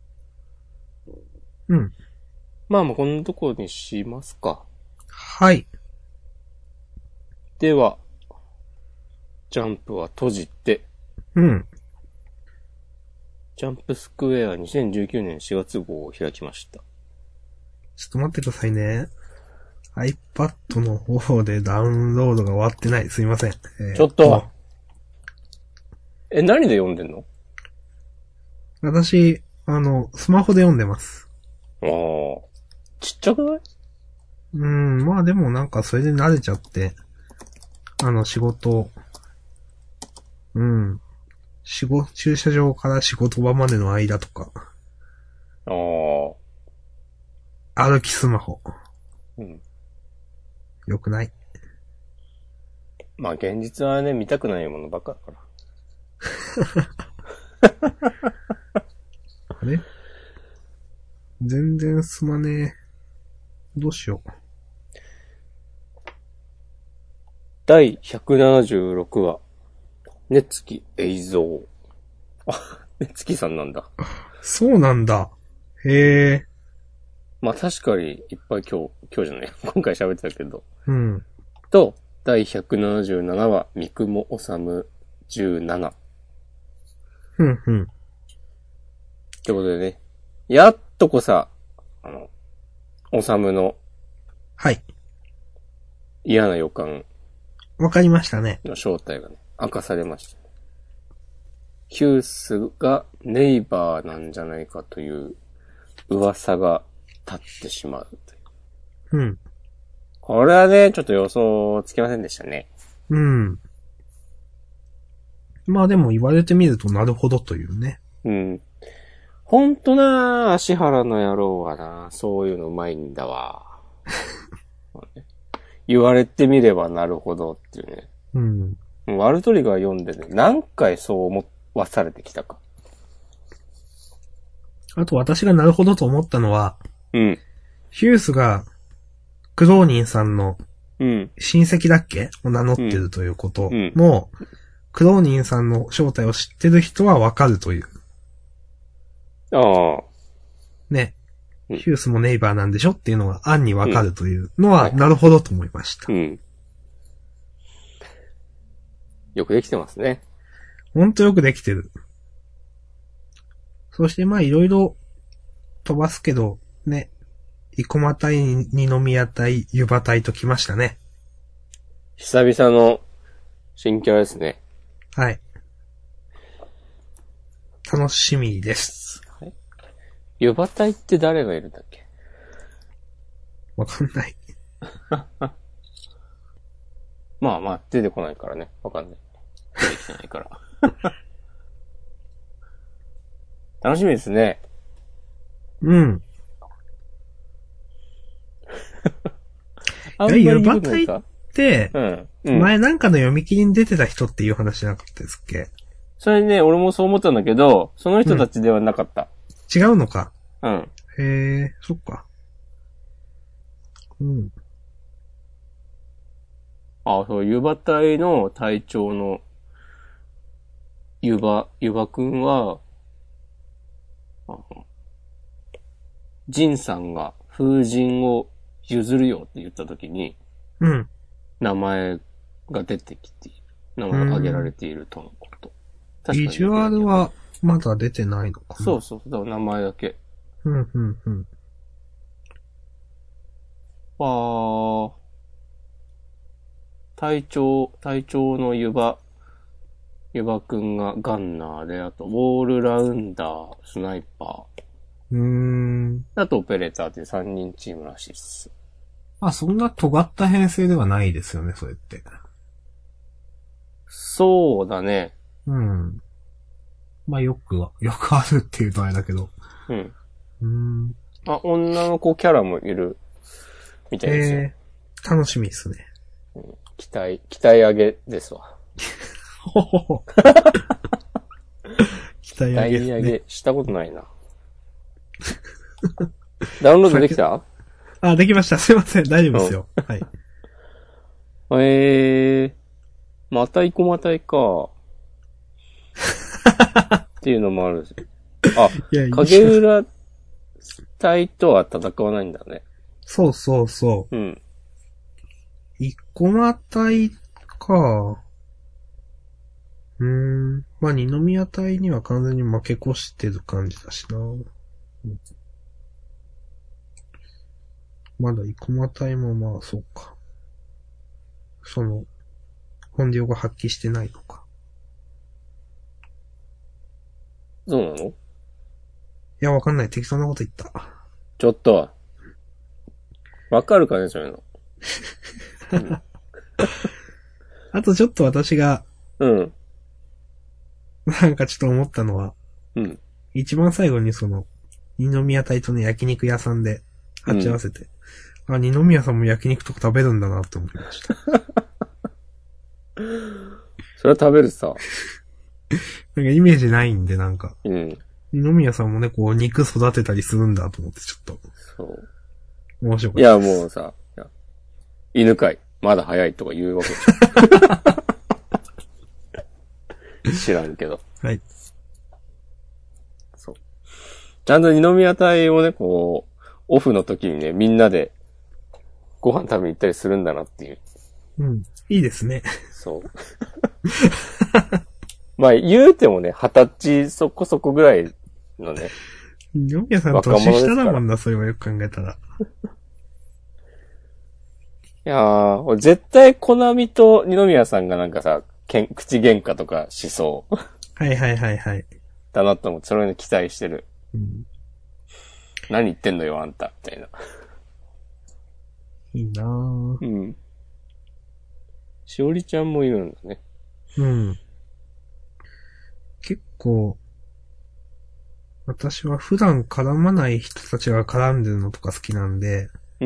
うん。うん、 まあまあこんなところにしますか。 はい。 では、ジャンプは閉じて。 うん。 ジャンプスクエアにせんじゅうきゅうねんしがつ号を開きました。 ちょっと待ってくださいね。iPad の方でダウンロードが終わってない。すいません。 えー、ちょっと。え、何で読んでんの？ 私、あの、スマホで読んでます。 ああ。ちっちゃくない？ うーん、まあでもなんかそれで慣れちゃって、あの仕事、うん。仕事、駐車場から仕事場までの間とか。 ああ。 歩きスマホ。 うん。 よくない。 まあ現実はね、見たくないものばっかだから。 あれ全然すまねえ。どうしよう。 だいひゃくななじゅうろくわ。ねつき映像。あ、ねつきさんなんだ。 そうなんだ。へえ。 まあ確かにいっぱい今日、今日じゃない。今回喋ってたけど。 うん。 と、だいひゃくななじゅうななわ、三雲治じゅうなな。 ふんふん。 ってことでね。やっとこさ、あの、治の。 はい。 嫌な予感。 わかりましたね。 の正体がね、明かされました。ヒュースがネイバーなんじゃないかという噂が立ってしまうという。 うん。 これはね、ちょっと予想つきませんでしたね。 うん。まあでも言われてみるとなるほどというね。 うん。ほんとな、足原の野郎はな、そういうのうまいんだわ。言われてみればなるほどっていうね。 うん。 ワルトリガー読んでね、何回そう思わされてきたか。 あと私がなるほどと思ったのは、 うん。 ヒュースが、クローニンさんの、 うん。 親戚だっけを名乗ってるということうん、 も、うん、クローニンさんの正体を知ってる人はわかるという。 ああ。 ね。 うん、 ヒュースもネイバーなんでしょっていうのが暗にわかるというのは、なるほどと思いました。 うん。よくできてますね。 ほんとよくできてる。そしてまあいろいろ飛ばすけど、ね。生駒隊、二宮隊、湯葉隊と来ましたね。 久々の新キャラですね。 はい。楽しみです。 はい、湯葉隊って誰がいるんだっけ？ わかんない。 まあまあ、出てこないからね。わかんない。出てきてないから。楽しみですね。 うん。いや、湯葉隊って、 うんうん、 前なんかの読み切りに出てた人っていう話じゃなかったですっけ？ それね、俺もそう思ったんだけど、その人たちではなかった。 うん、違うのか。 うん。 へえ、そっか。うん。 あ、そう、湯葉隊の隊長の、湯葉、湯葉くんは、ジンさんが風神を譲るよって言ったときに、 うん。 名前が出てきている。名前が挙げられているとのこと。 確かにビジュアルはまだ出てないのかな？ そうそう、だから名前だけ。 うん、うん、うん。 あー。隊長、隊長の湯葉、湯葉くんがガンナーで、あと、ウォールラウンダー、スナイパー。 うーん。 あと、オペレーターっていうさんにんチームらしいっす。 あ、そんな尖った編成ではないですよね、それって。 そうだね。 うん。まあ、よくは、よくあるっていうとあれだけど。 うん。 うーん。 あ、女の子キャラもいる、みたいですよ。えー、楽しみですね。 うん、期待、期待上げですわ。 ほほほ。期待上げ、ね。 期待上げしたことないな。ダウンロードできた？ あ、できました。すいません。大丈夫ですよ。はい。 えー、また生駒隊か。っていうのもあるし。あ、いや影浦隊とは戦わないんだね。 そうそうそう。 うん。 生駒隊か。うーん。まあ、二宮隊には完全に負け越してる感じだしな。うん、まだ生駒隊もまあ、そうか。その、本領が発揮してないのか。 そうなの？いや、わかんない。適当なこと言った。 ちょっと。わかるかね、そういうの。うん、 あとちょっと私が、 うん。 なんかちょっと思ったのは、 うん。 一番最後にその、 二宮隊とね、焼肉屋さんで鉢合わせて、うん、あ、二宮さんも焼肉とか食べるんだなって思いました。 それは食べるさ。 なんかイメージないんで、なんか。 うん。 二宮さんもね、こう、肉育てたりするんだと思って、ちょっと。 そう。 面白かった。 いや、もうさ、犬飼い、まだ早いとか言うわけでしょ。知らんけど。 はい。 そう。ちゃんと二宮隊をね、こう、オフの時にね、みんなでご飯食べに行ったりするんだなっていう。 うん。いいですね。 そう。まあ、言うてもね、二十歳そこそこぐらいのね。 二宮さん年下だもんな、それはよく考えたら。 いやー、絶対コナミと二宮さんがなんかさ、けん口喧嘩とかしそう。 はいはいはいはい。 だなと思って、それに期待してる。 うん、 何言ってんのよ、あんた、みたいな。 いいなぁ。 うん。しおりちゃんもいるんだね。 うん。結構、私は普段絡まない人たちが絡んでるのとか好きなんで、 うん。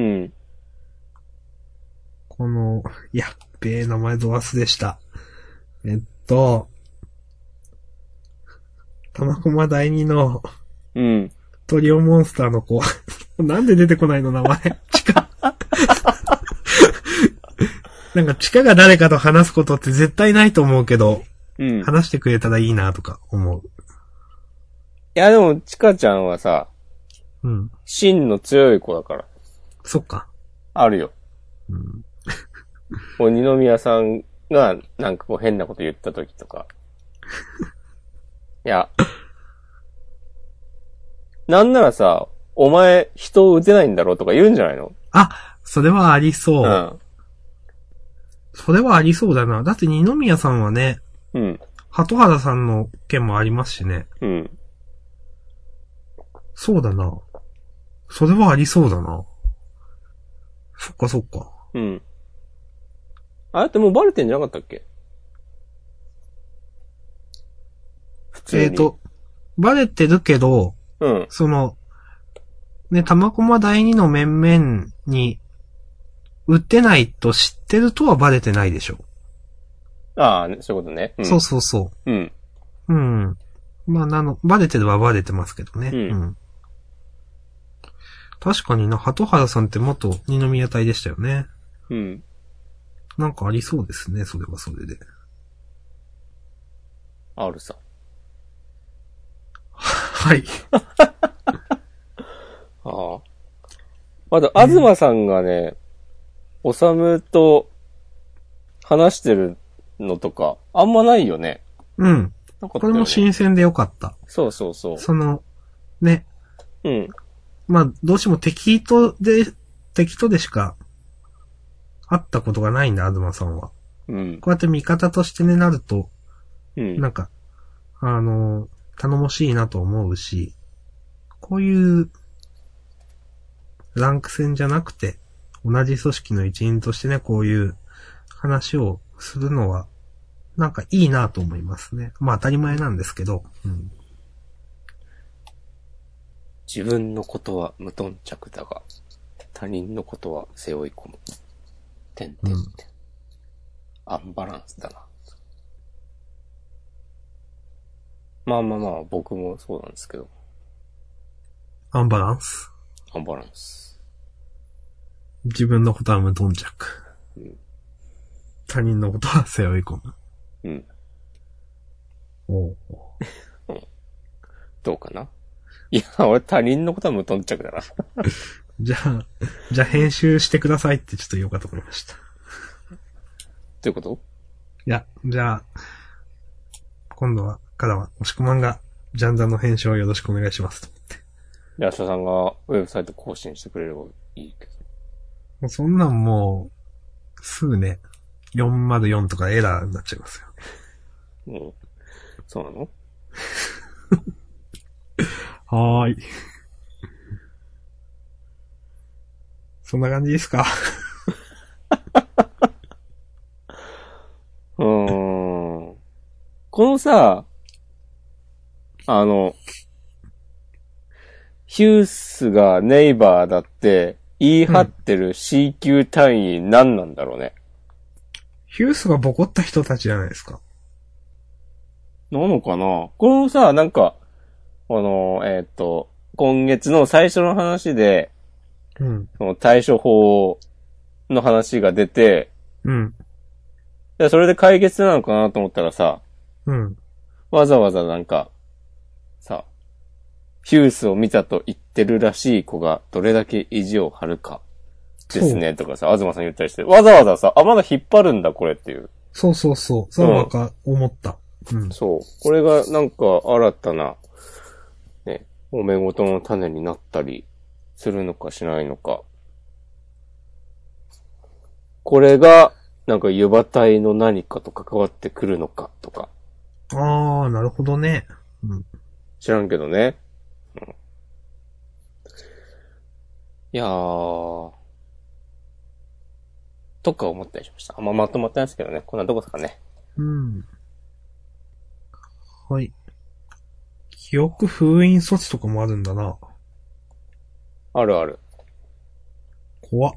この、やっべえ名前ドアスでした。えっと、玉駒第二の、 うん。 トリオモンスターの子。なんで出てこないの名前。チカ。なんかチカが誰かと話すことって絶対ないと思うけど、うん、話してくれたらいいなとか思う。いやでも、チカちゃんはさ、 うん。 芯の強い子だから。 そっか。 あるよ。 うん。 もう二宮さんがなんかこう変なこと言った時とか。いや。なんならさ、お前人を撃てないんだろうとか言うんじゃないの？ あ、それはありそう。 うん。 それはありそうだな。だって二宮さんはね、 うん。 鳩原さんの件もありますしね。 うん。 そうだな。それはありそうだな。そっかそっか。 うん。あれってもうバレてんじゃなかったっけ？普通に。えっと、 バレてるけど、 うん。 その、ね、玉駒第二の面々に、売ってないと知ってるとはバレてないでしょ。 ああ、そういうことね。 うん、そうそうそう。うん。 うん。まあ、なの、バレてるはバレてますけどね。うん。うん、確かにな、鳩原さんって元二宮隊でしたよね。 うん。 なんかありそうですね、それはそれで。 あるさ。 はい。 ああ。まだ、あずまさんがね、おさむと話してるのとか、あんまないよね。 うん。ね、これも新鮮でよかった。 そうそうそう。 その、ね。 うん。 まあ、どうしても敵とで、敵とでしか、会ったことがないんだ、あずまさんは。 うん。 こうやって味方としてね、なると、 うん。 なんか、あの、頼もしいなと思うし、こういう、ランク戦じゃなくて、同じ組織の一員としてね、こういう話をするのは、なんかいいなと思いますね。まあ当たり前なんですけど。うん、 自分のことは無頓着だが、他人のことは背負い込む。てんてんてん。うん、アンバランスだな。まあまあまあ、僕もそうなんですけど。 アンバランス。 アンバランス。 自分のことは無頓着。 うん、 他人のことは背負い込む。 うん。 おううん。どうかないや、俺他人のことは無頓着だな。 じゃあ、じゃあ編集してくださいってちょっと言おうかと思いました。 どういうこと？ いや、じゃあ、今度は、からは、もしくまんが、ジャンダンの編集をよろしくお願いしますと思って。 ヤシャさんがウェブサイト更新してくれればいいけど。 もうそんなんもう、すぐね、よんまるよんとかエラーになっちゃいますよ。うん。そうなの？ はーい。そんな感じですか？ うーん。このさ、あの、 ヒュースがネイバーだって言い張ってる C 級単位何なんだろうね。 ヒュースがボコった人たちじゃないですか。 なのかなこのさ、なんか、あの、えっと、今月の最初の話で、 うん。 その対処法の話が出て、 うん。 でそれで解決なのかなと思ったらさ、 うん。 わざわざなんか、さ、ヒュースを見たと言ってるらしい子がどれだけ意地を張るかですねとかさ、東さん言ったりして、わざわざさ、あ、まだ引っ張るんだこれっていう。 そうそうそう。そうなんか思った。うん。 そう。これがなんか新たな、ね、揉め事の種になったりするのかしないのか。これが、なんか湯葉隊の何かと関わってくるのかとか。 あー、なるほどね。うん。 知らんけどね。うん、いやー。とか思ったりしました。あんままとまってないですけどね。こんなとこですかね。 うん。はい。記憶封印措置とかもあるんだな。 あるある。 怖っ。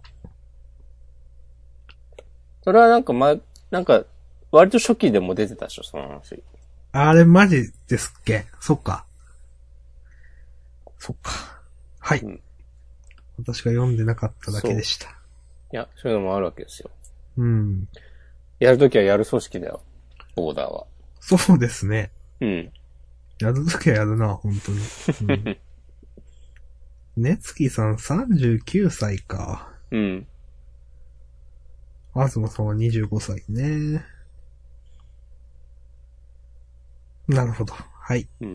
それはなんか前、なんか、割と初期でも出てたでしょ、その話。 あれマジですっけ？そっか。そっか。はい、うん。私が読んでなかっただけでした。 いや、そういうのもあるわけですよ。 うん。 やるときはやる組織だよ。オーダーは。 そうですね。 うん。 やるときはやるな、本当に。うん、ねつきさんさんじゅうきゅうさいか。 うん。 あずまさんはにじゅうごさいね。なるほど。はい。 うん。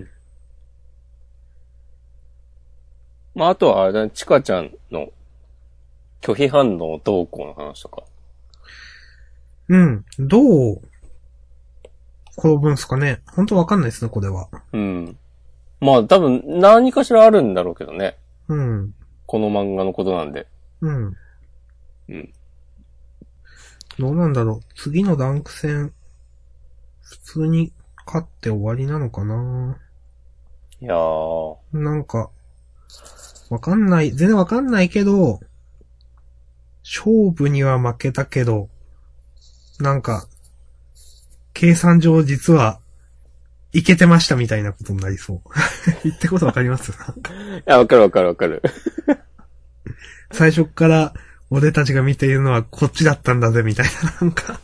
まあ、あとはあれだね、ちかちゃんの拒否反応どうこうの話とか。 うん。どう転ぶんすかね。本当わかんないですね、これは。 うん。まあ、多分何かしらあるんだろうけどね。 うん。 この漫画のことなんで。 うん。 うん。 どうなんだろう。次のランク戦、普通に勝って終わりなのかないやー。 なんか、わかんない、全然わかんないけど、勝負には負けたけど、なんか、計算上実は、いけてましたみたいなことになりそう。言ってことわかりますいや、わかるわかるわかる。 最初から、俺たちが見ているのはこっちだったんだぜ、みたいな、なんか。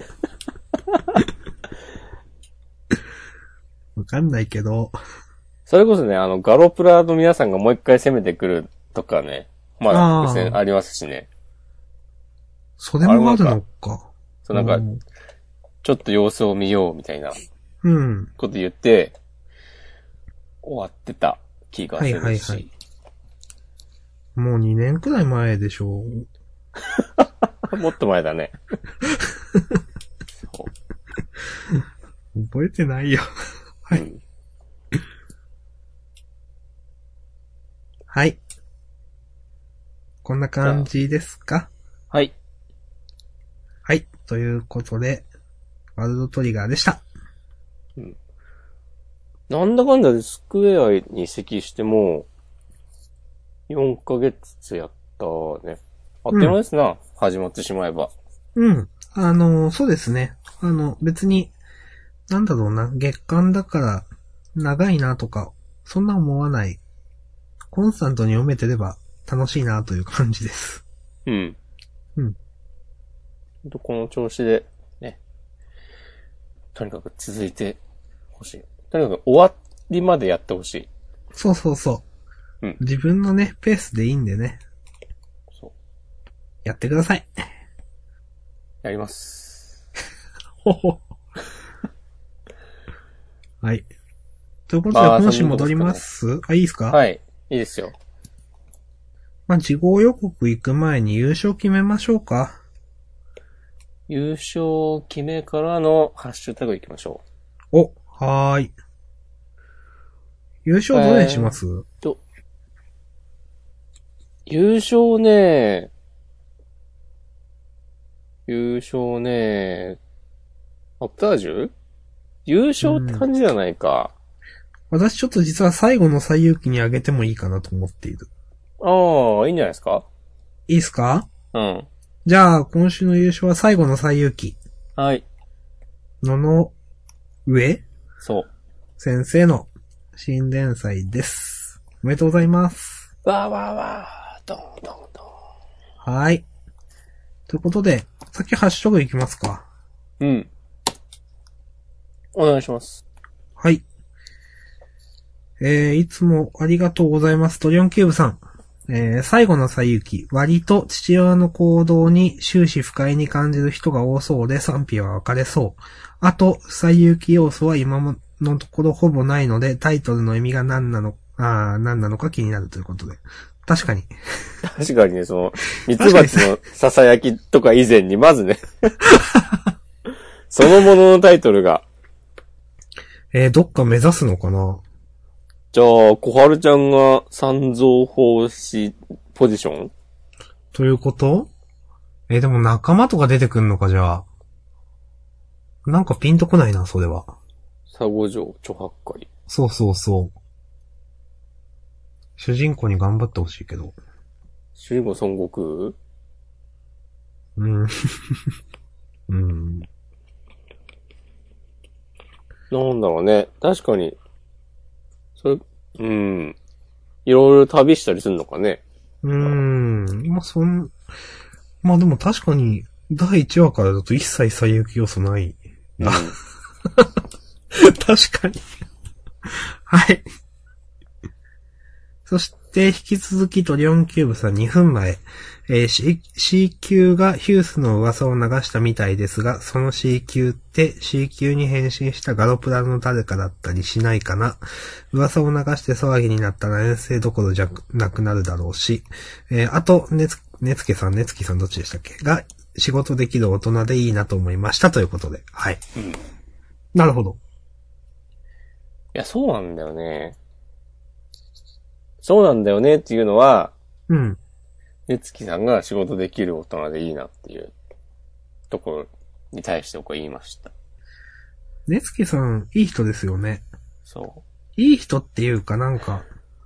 わかんないけど。 それこそね、あの、ガロプラの皆さんがもう一回攻めてくるとかね。まだ、別にありますしね。 それもあるのか。 そう、なんか、ちょっと様子を見ようみたいな。 うん。 こと言って、終わってた気がするし。はいはいはい。 もうにねんくらい前でしょう。もっと前だね。 そう。覚えてないよ。はい、うん。はい。こんな感じですか？ はい。 はい。ということで、ワールドトリガーでした。 うん。なんだかんだでスクエアに移籍しても、よんかげつやったね。あっという間ですな、うん、始まってしまえば。 うん。あの、そうですね。あの、別に、なんだろうな、月間だから長いなとか、そんな思わない。コンスタントに読めてれば楽しいなという感じです。 うん。 うん。 この調子で、ね。とにかく続いてほしい。とにかく終わりまでやってほしい。 そうそうそう。うん。自分のね、ペースでいいんでね。そう。やってください。 やります。 ほほ。はい。ということで、話戻ります、ね、あ、いいですか？ はい。いいですよ。 まあ、事後予告行く前に優勝決めましょうか。 優勝決めからのハッシュタグ行きましょう。お、はーい。優勝どれにします？えー、と、 優勝ね、優勝ね、アプタージュ優勝って感じじゃないか。 私ちょっと実は最後の最有機にあげてもいいかなと思っている。 ああ、いいんじゃないですか？ いいっすか？ うん。 じゃあ、今週の優勝は最後の最有機。 はい。 のの上？ そう。 先生の新連載です。おめでとうございます。 わーわーわー、どんどんどん。はい。ということで、さっきハッシュタグいきますか。 うん。お願いします。 はい。えー、いつもありがとうございます。トリオンキューブさん。えー、最後の最有機、割と父親の行動に終始不快に感じる人が多そうで賛否は分かれそう。あと、最有機要素は今のところほぼないので、タイトルの意味が何なの、あ何なのか気になるということで。確かに。 確かにね、その、ミツバチの囁きとか以前に、まずね、そのもののタイトルが。 えー、どっか目指すのかな？ じゃあ、小春ちゃんが三蔵法師ポジション？ ということ？えー、でも仲間とか出てくんのか、じゃあ。なんかピンとこないな、それは。 佐護城、著八海。 そうそうそう。主人公に頑張ってほしいけど。 主人公孫悟空？ うん。うん。 なんだろうね。確かに。それ、うん。いろいろ旅したりするのかね。 うーん。まあ、そん、まあでも確かに、だいいちわからだと一切最有機要素ない。うん、確かに。はい。そして、引き続きトリオンキューブさんにふんまえ、えー、C, C 級がヒュースの噂を流したみたいですが、その C 級って C 級に変身したガロプラの誰かだったりしないかな。噂を流して騒ぎになったら遠征どころじゃなくなるだろうし、えー、あと、ねつ、ねつけさん、ねつきさんどっちでしたっけが、仕事できる大人でいいなと思いましたということで。はい。うん、なるほど。 いや、そうなんだよね。そうなんだよねっていうのは、 うん。 ねつきさんが仕事できる大人でいいなっていうところに対して僕は言いました。 ねつきさん、いい人ですよね。 そう。 いい人っていうかなんか、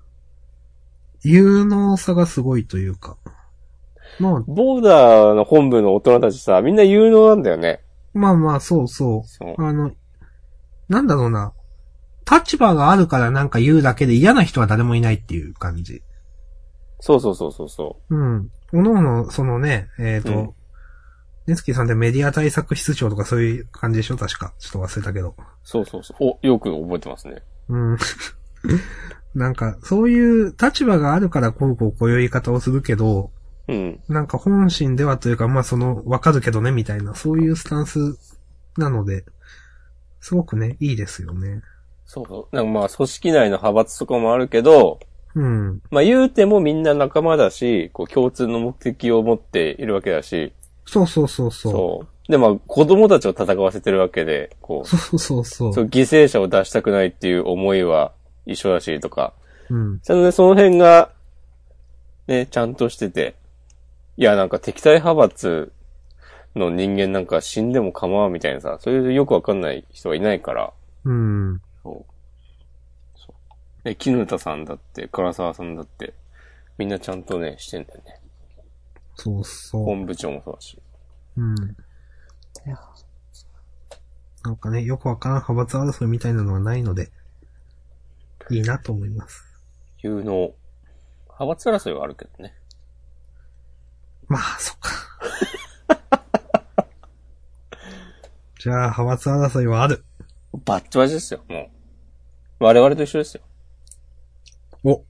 有能さがすごいというか。 まあ。ボーダーの本部の大人たちさ、みんな有能なんだよね。 まあまあ、そうそう。そうあの、なんだろうな。立場があるからなんか言うだけで嫌な人は誰もいないっていう感じ。 そうそうそうそうそう。 うん。おのおの、そのね、えっ、ー、と、うん、ねつきさんってメディア対策室長とかそういう感じでしょ確か。ちょっと忘れたけど。 そうそうそう。お、よく覚えてますね。 うん。なんか、そういう立場があるからこうこうこういう言い方をするけど、 うん。 なんか本心ではというか、まあその、わかるけどね、みたいな、そういうスタンスなので、すごくね、いいですよね。 そう。なんかまあ組織内の派閥とかもあるけど、 うん。 まあ言うてもみんな仲間だし、こう共通の目的を持っているわけだし。 そうそうそうそう。 そう。でまあ子供たちを戦わせてるわけで、こう。 そうそうそう。 そう犠牲者を出したくないっていう思いは一緒だしとか。 うん。 ちゃんとね、その辺が、ね、ちゃんとしてて。いや、なんか敵対派閥の人間なんか死んでも構わんみたいなさ、そういうよくわかんない人はいないから。 うん。 そう。そう。で、絹田さんだって、唐沢さんだって、みんなちゃんとね、してんだよね。 そうそう。 本部長もそうだし。 うん。いや。なんかね、よくわからん派閥争いみたいなのはないので、いいなと思います。 有能。派閥争いはあるけどね。 まあ、そっか。じゃあ、派閥争いはある。 バッチバチですよ、もう。我々と一緒ですよ。 お。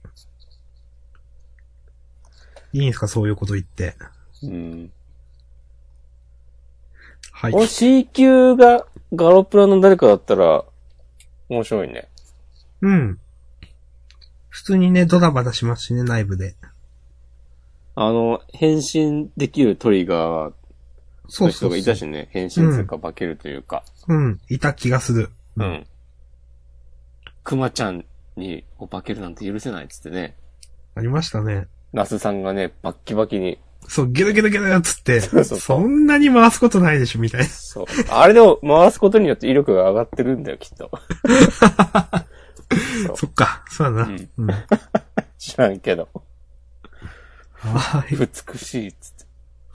いいんですか、そういうこと言って。 うん。 はい。 この C 級がガロプラの誰かだったら、面白いね。 うん。普通にね、ドラマ出しますしね、内部で。 あの、変身できるトリガーの人がいたしね、変身するか化けるというか。 うん、うん、いた気がする。 うん。クマちゃんに化けるなんて許せないっつってね。 ありましたね。 ナスさんがね、バッキバキに。 そう、ギュルギュルギュルっつって。 そうそうそう。 そんなに回すことないでしょ、みたいな。 そう。あれでも回すことによって威力が上がってるんだよ、きっと。そど。 そっか、そうだな。うん。うん、 知らんけど。 はい。 美しいっつって。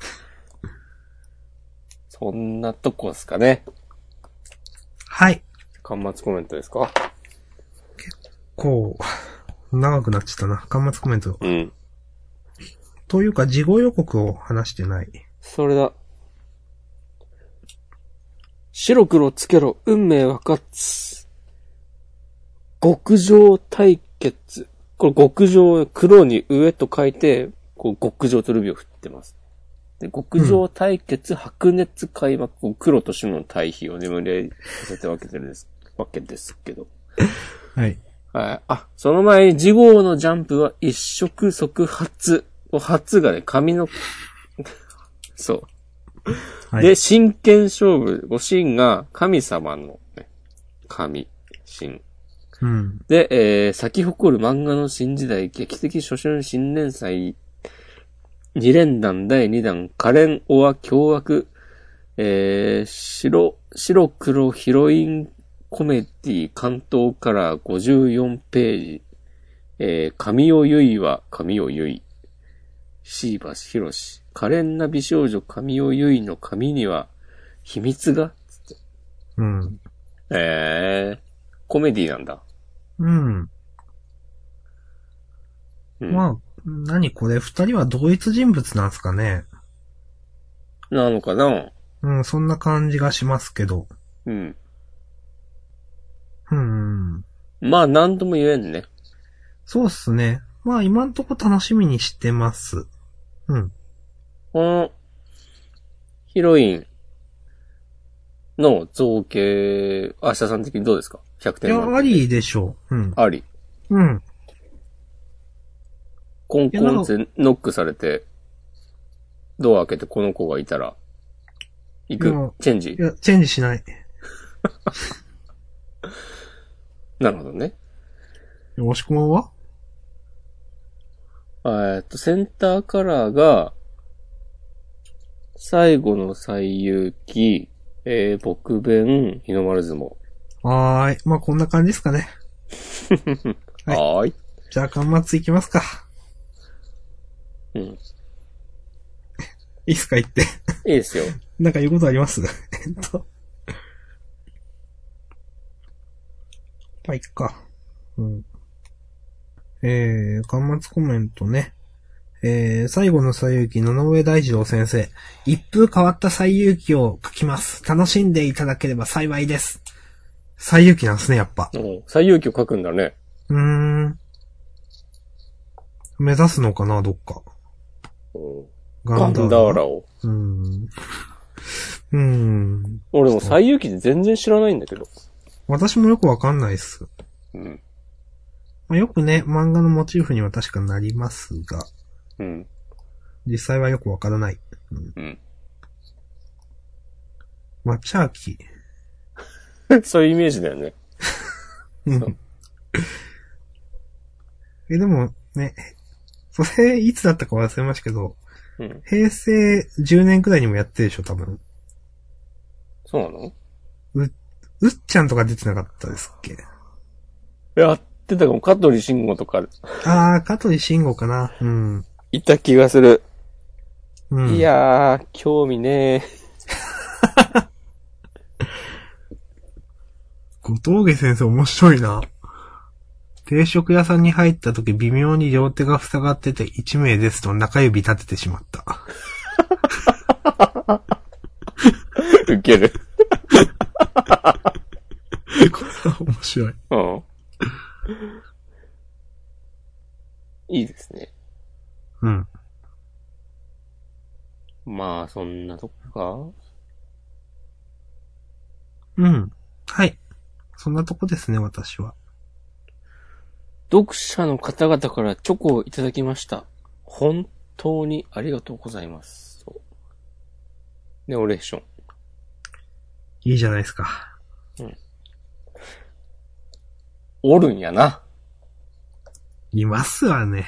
そんなとこですかね。 はい。 端末コメントですか？ 結構、長くなっちゃったな。端末コメント。 うん。 というか、事後予告を話してない。 それだ。白黒つけろ、運命分かつ。極上対決。これ極上、黒に上と書いて、こう極上とルビを振ってます。で、極上対決、うん、白熱開幕、黒と白の対比を眠りさせて分けてるんです、わけですけど。 はい。 はい。あ、その前に、次号のジャンプは一触即発。発がね、紙の、そう。はい、で、真剣勝負、ご神が神様の、ね、神、神。 うん、 で、えー、咲き誇る漫画の新時代、劇的初春新連載、二連弾だいにだん、可憐オア凶悪、えー、白、白黒ヒロインコメディ関東カラーごじゅうよんページ、えー、神尾結衣は神尾結衣、椎橋博士、可憐な美少女神尾結衣の髪には秘密がつって。 うん。 えー、コメディなんだ。 うん。うん、まあ、何これ、二人は同一人物なんすかね。 なのかな？ うん、そんな感じがしますけど。 うん。 うん。 まあ、なんとも言えんね。 そうっすね。まあ、今んとこ楽しみにしてます。うん。 この、ヒロインの造形、明日さん的にどうですか？ ひゃく 点満点。 いや、ありでしょう。うん。 あり。 うん。 コンコンってノックされて、ドア開けてこの子がいたら、行く？チェンジ？ いや、チェンジしない。 なるほどね。 押し込まんは？ えっと、センターカラーが、最後の最遊記、えー、僕弁、日の丸相撲。 はーい。まあ、こんな感じですかね。 はい。はーい。 じゃあ、端末いきますか。 うん。いいっすか言って。 いいですよ。 なんか言うことありますえっと。まあ、いっか。うん。えー、端末コメントね。えー、最後の最遊記、野々上大二郎先生。一風変わった最遊記を書きます。楽しんでいただければ幸いです。最遊記なんですね、やっぱ。 お最遊記を書くんだね。 うーん。目指すのかな、どっか。 ガンダーラを。 うーん。うーん。 俺も最遊記で全然知らないんだけど。 私もよくわかんないっす。 うん。 まあ、よくね、漫画のモチーフには確かなりますが。 うん。 実際はよくわからない。うん。 うん。 マチャーキ。 そういうイメージだよね。 うん。え、でも、ね、それ、いつだったか忘れましたけど、うん、平成じゅうねんくらいにもやってるでしょ、多分。 そうなの？ う、うっちゃんとか出てなかったですっけ？ やってたかも、香取慎吾とか。 あー、香取慎吾かな。うん。 いた気がする。 うん。 いやー、興味ねー。 小峠先生面白いな。定食屋さんに入った時微妙に両手が塞がってていち名ですと中指立ててしまった。 ウケる。 これは面白い。 うん。いいですね。 うん。 まあ、そんなとこか？うん。はい。そんなとこですね、私は。 読者の方々からチョコをいただきました。本当にありがとうございます。そうネオレーション。 いいじゃないですか。 うん。おるんやな。 いますわね。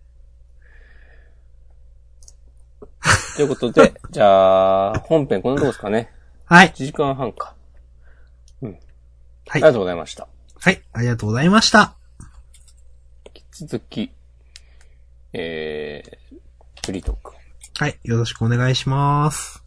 ということで、じゃあ、本編こんなとこですかね。 はい。 いちじかんはんか。うん。はい。ありがとうございました。 はい、ありがとうございました。 続き、えー、フリートーク。 はい、よろしくお願いします。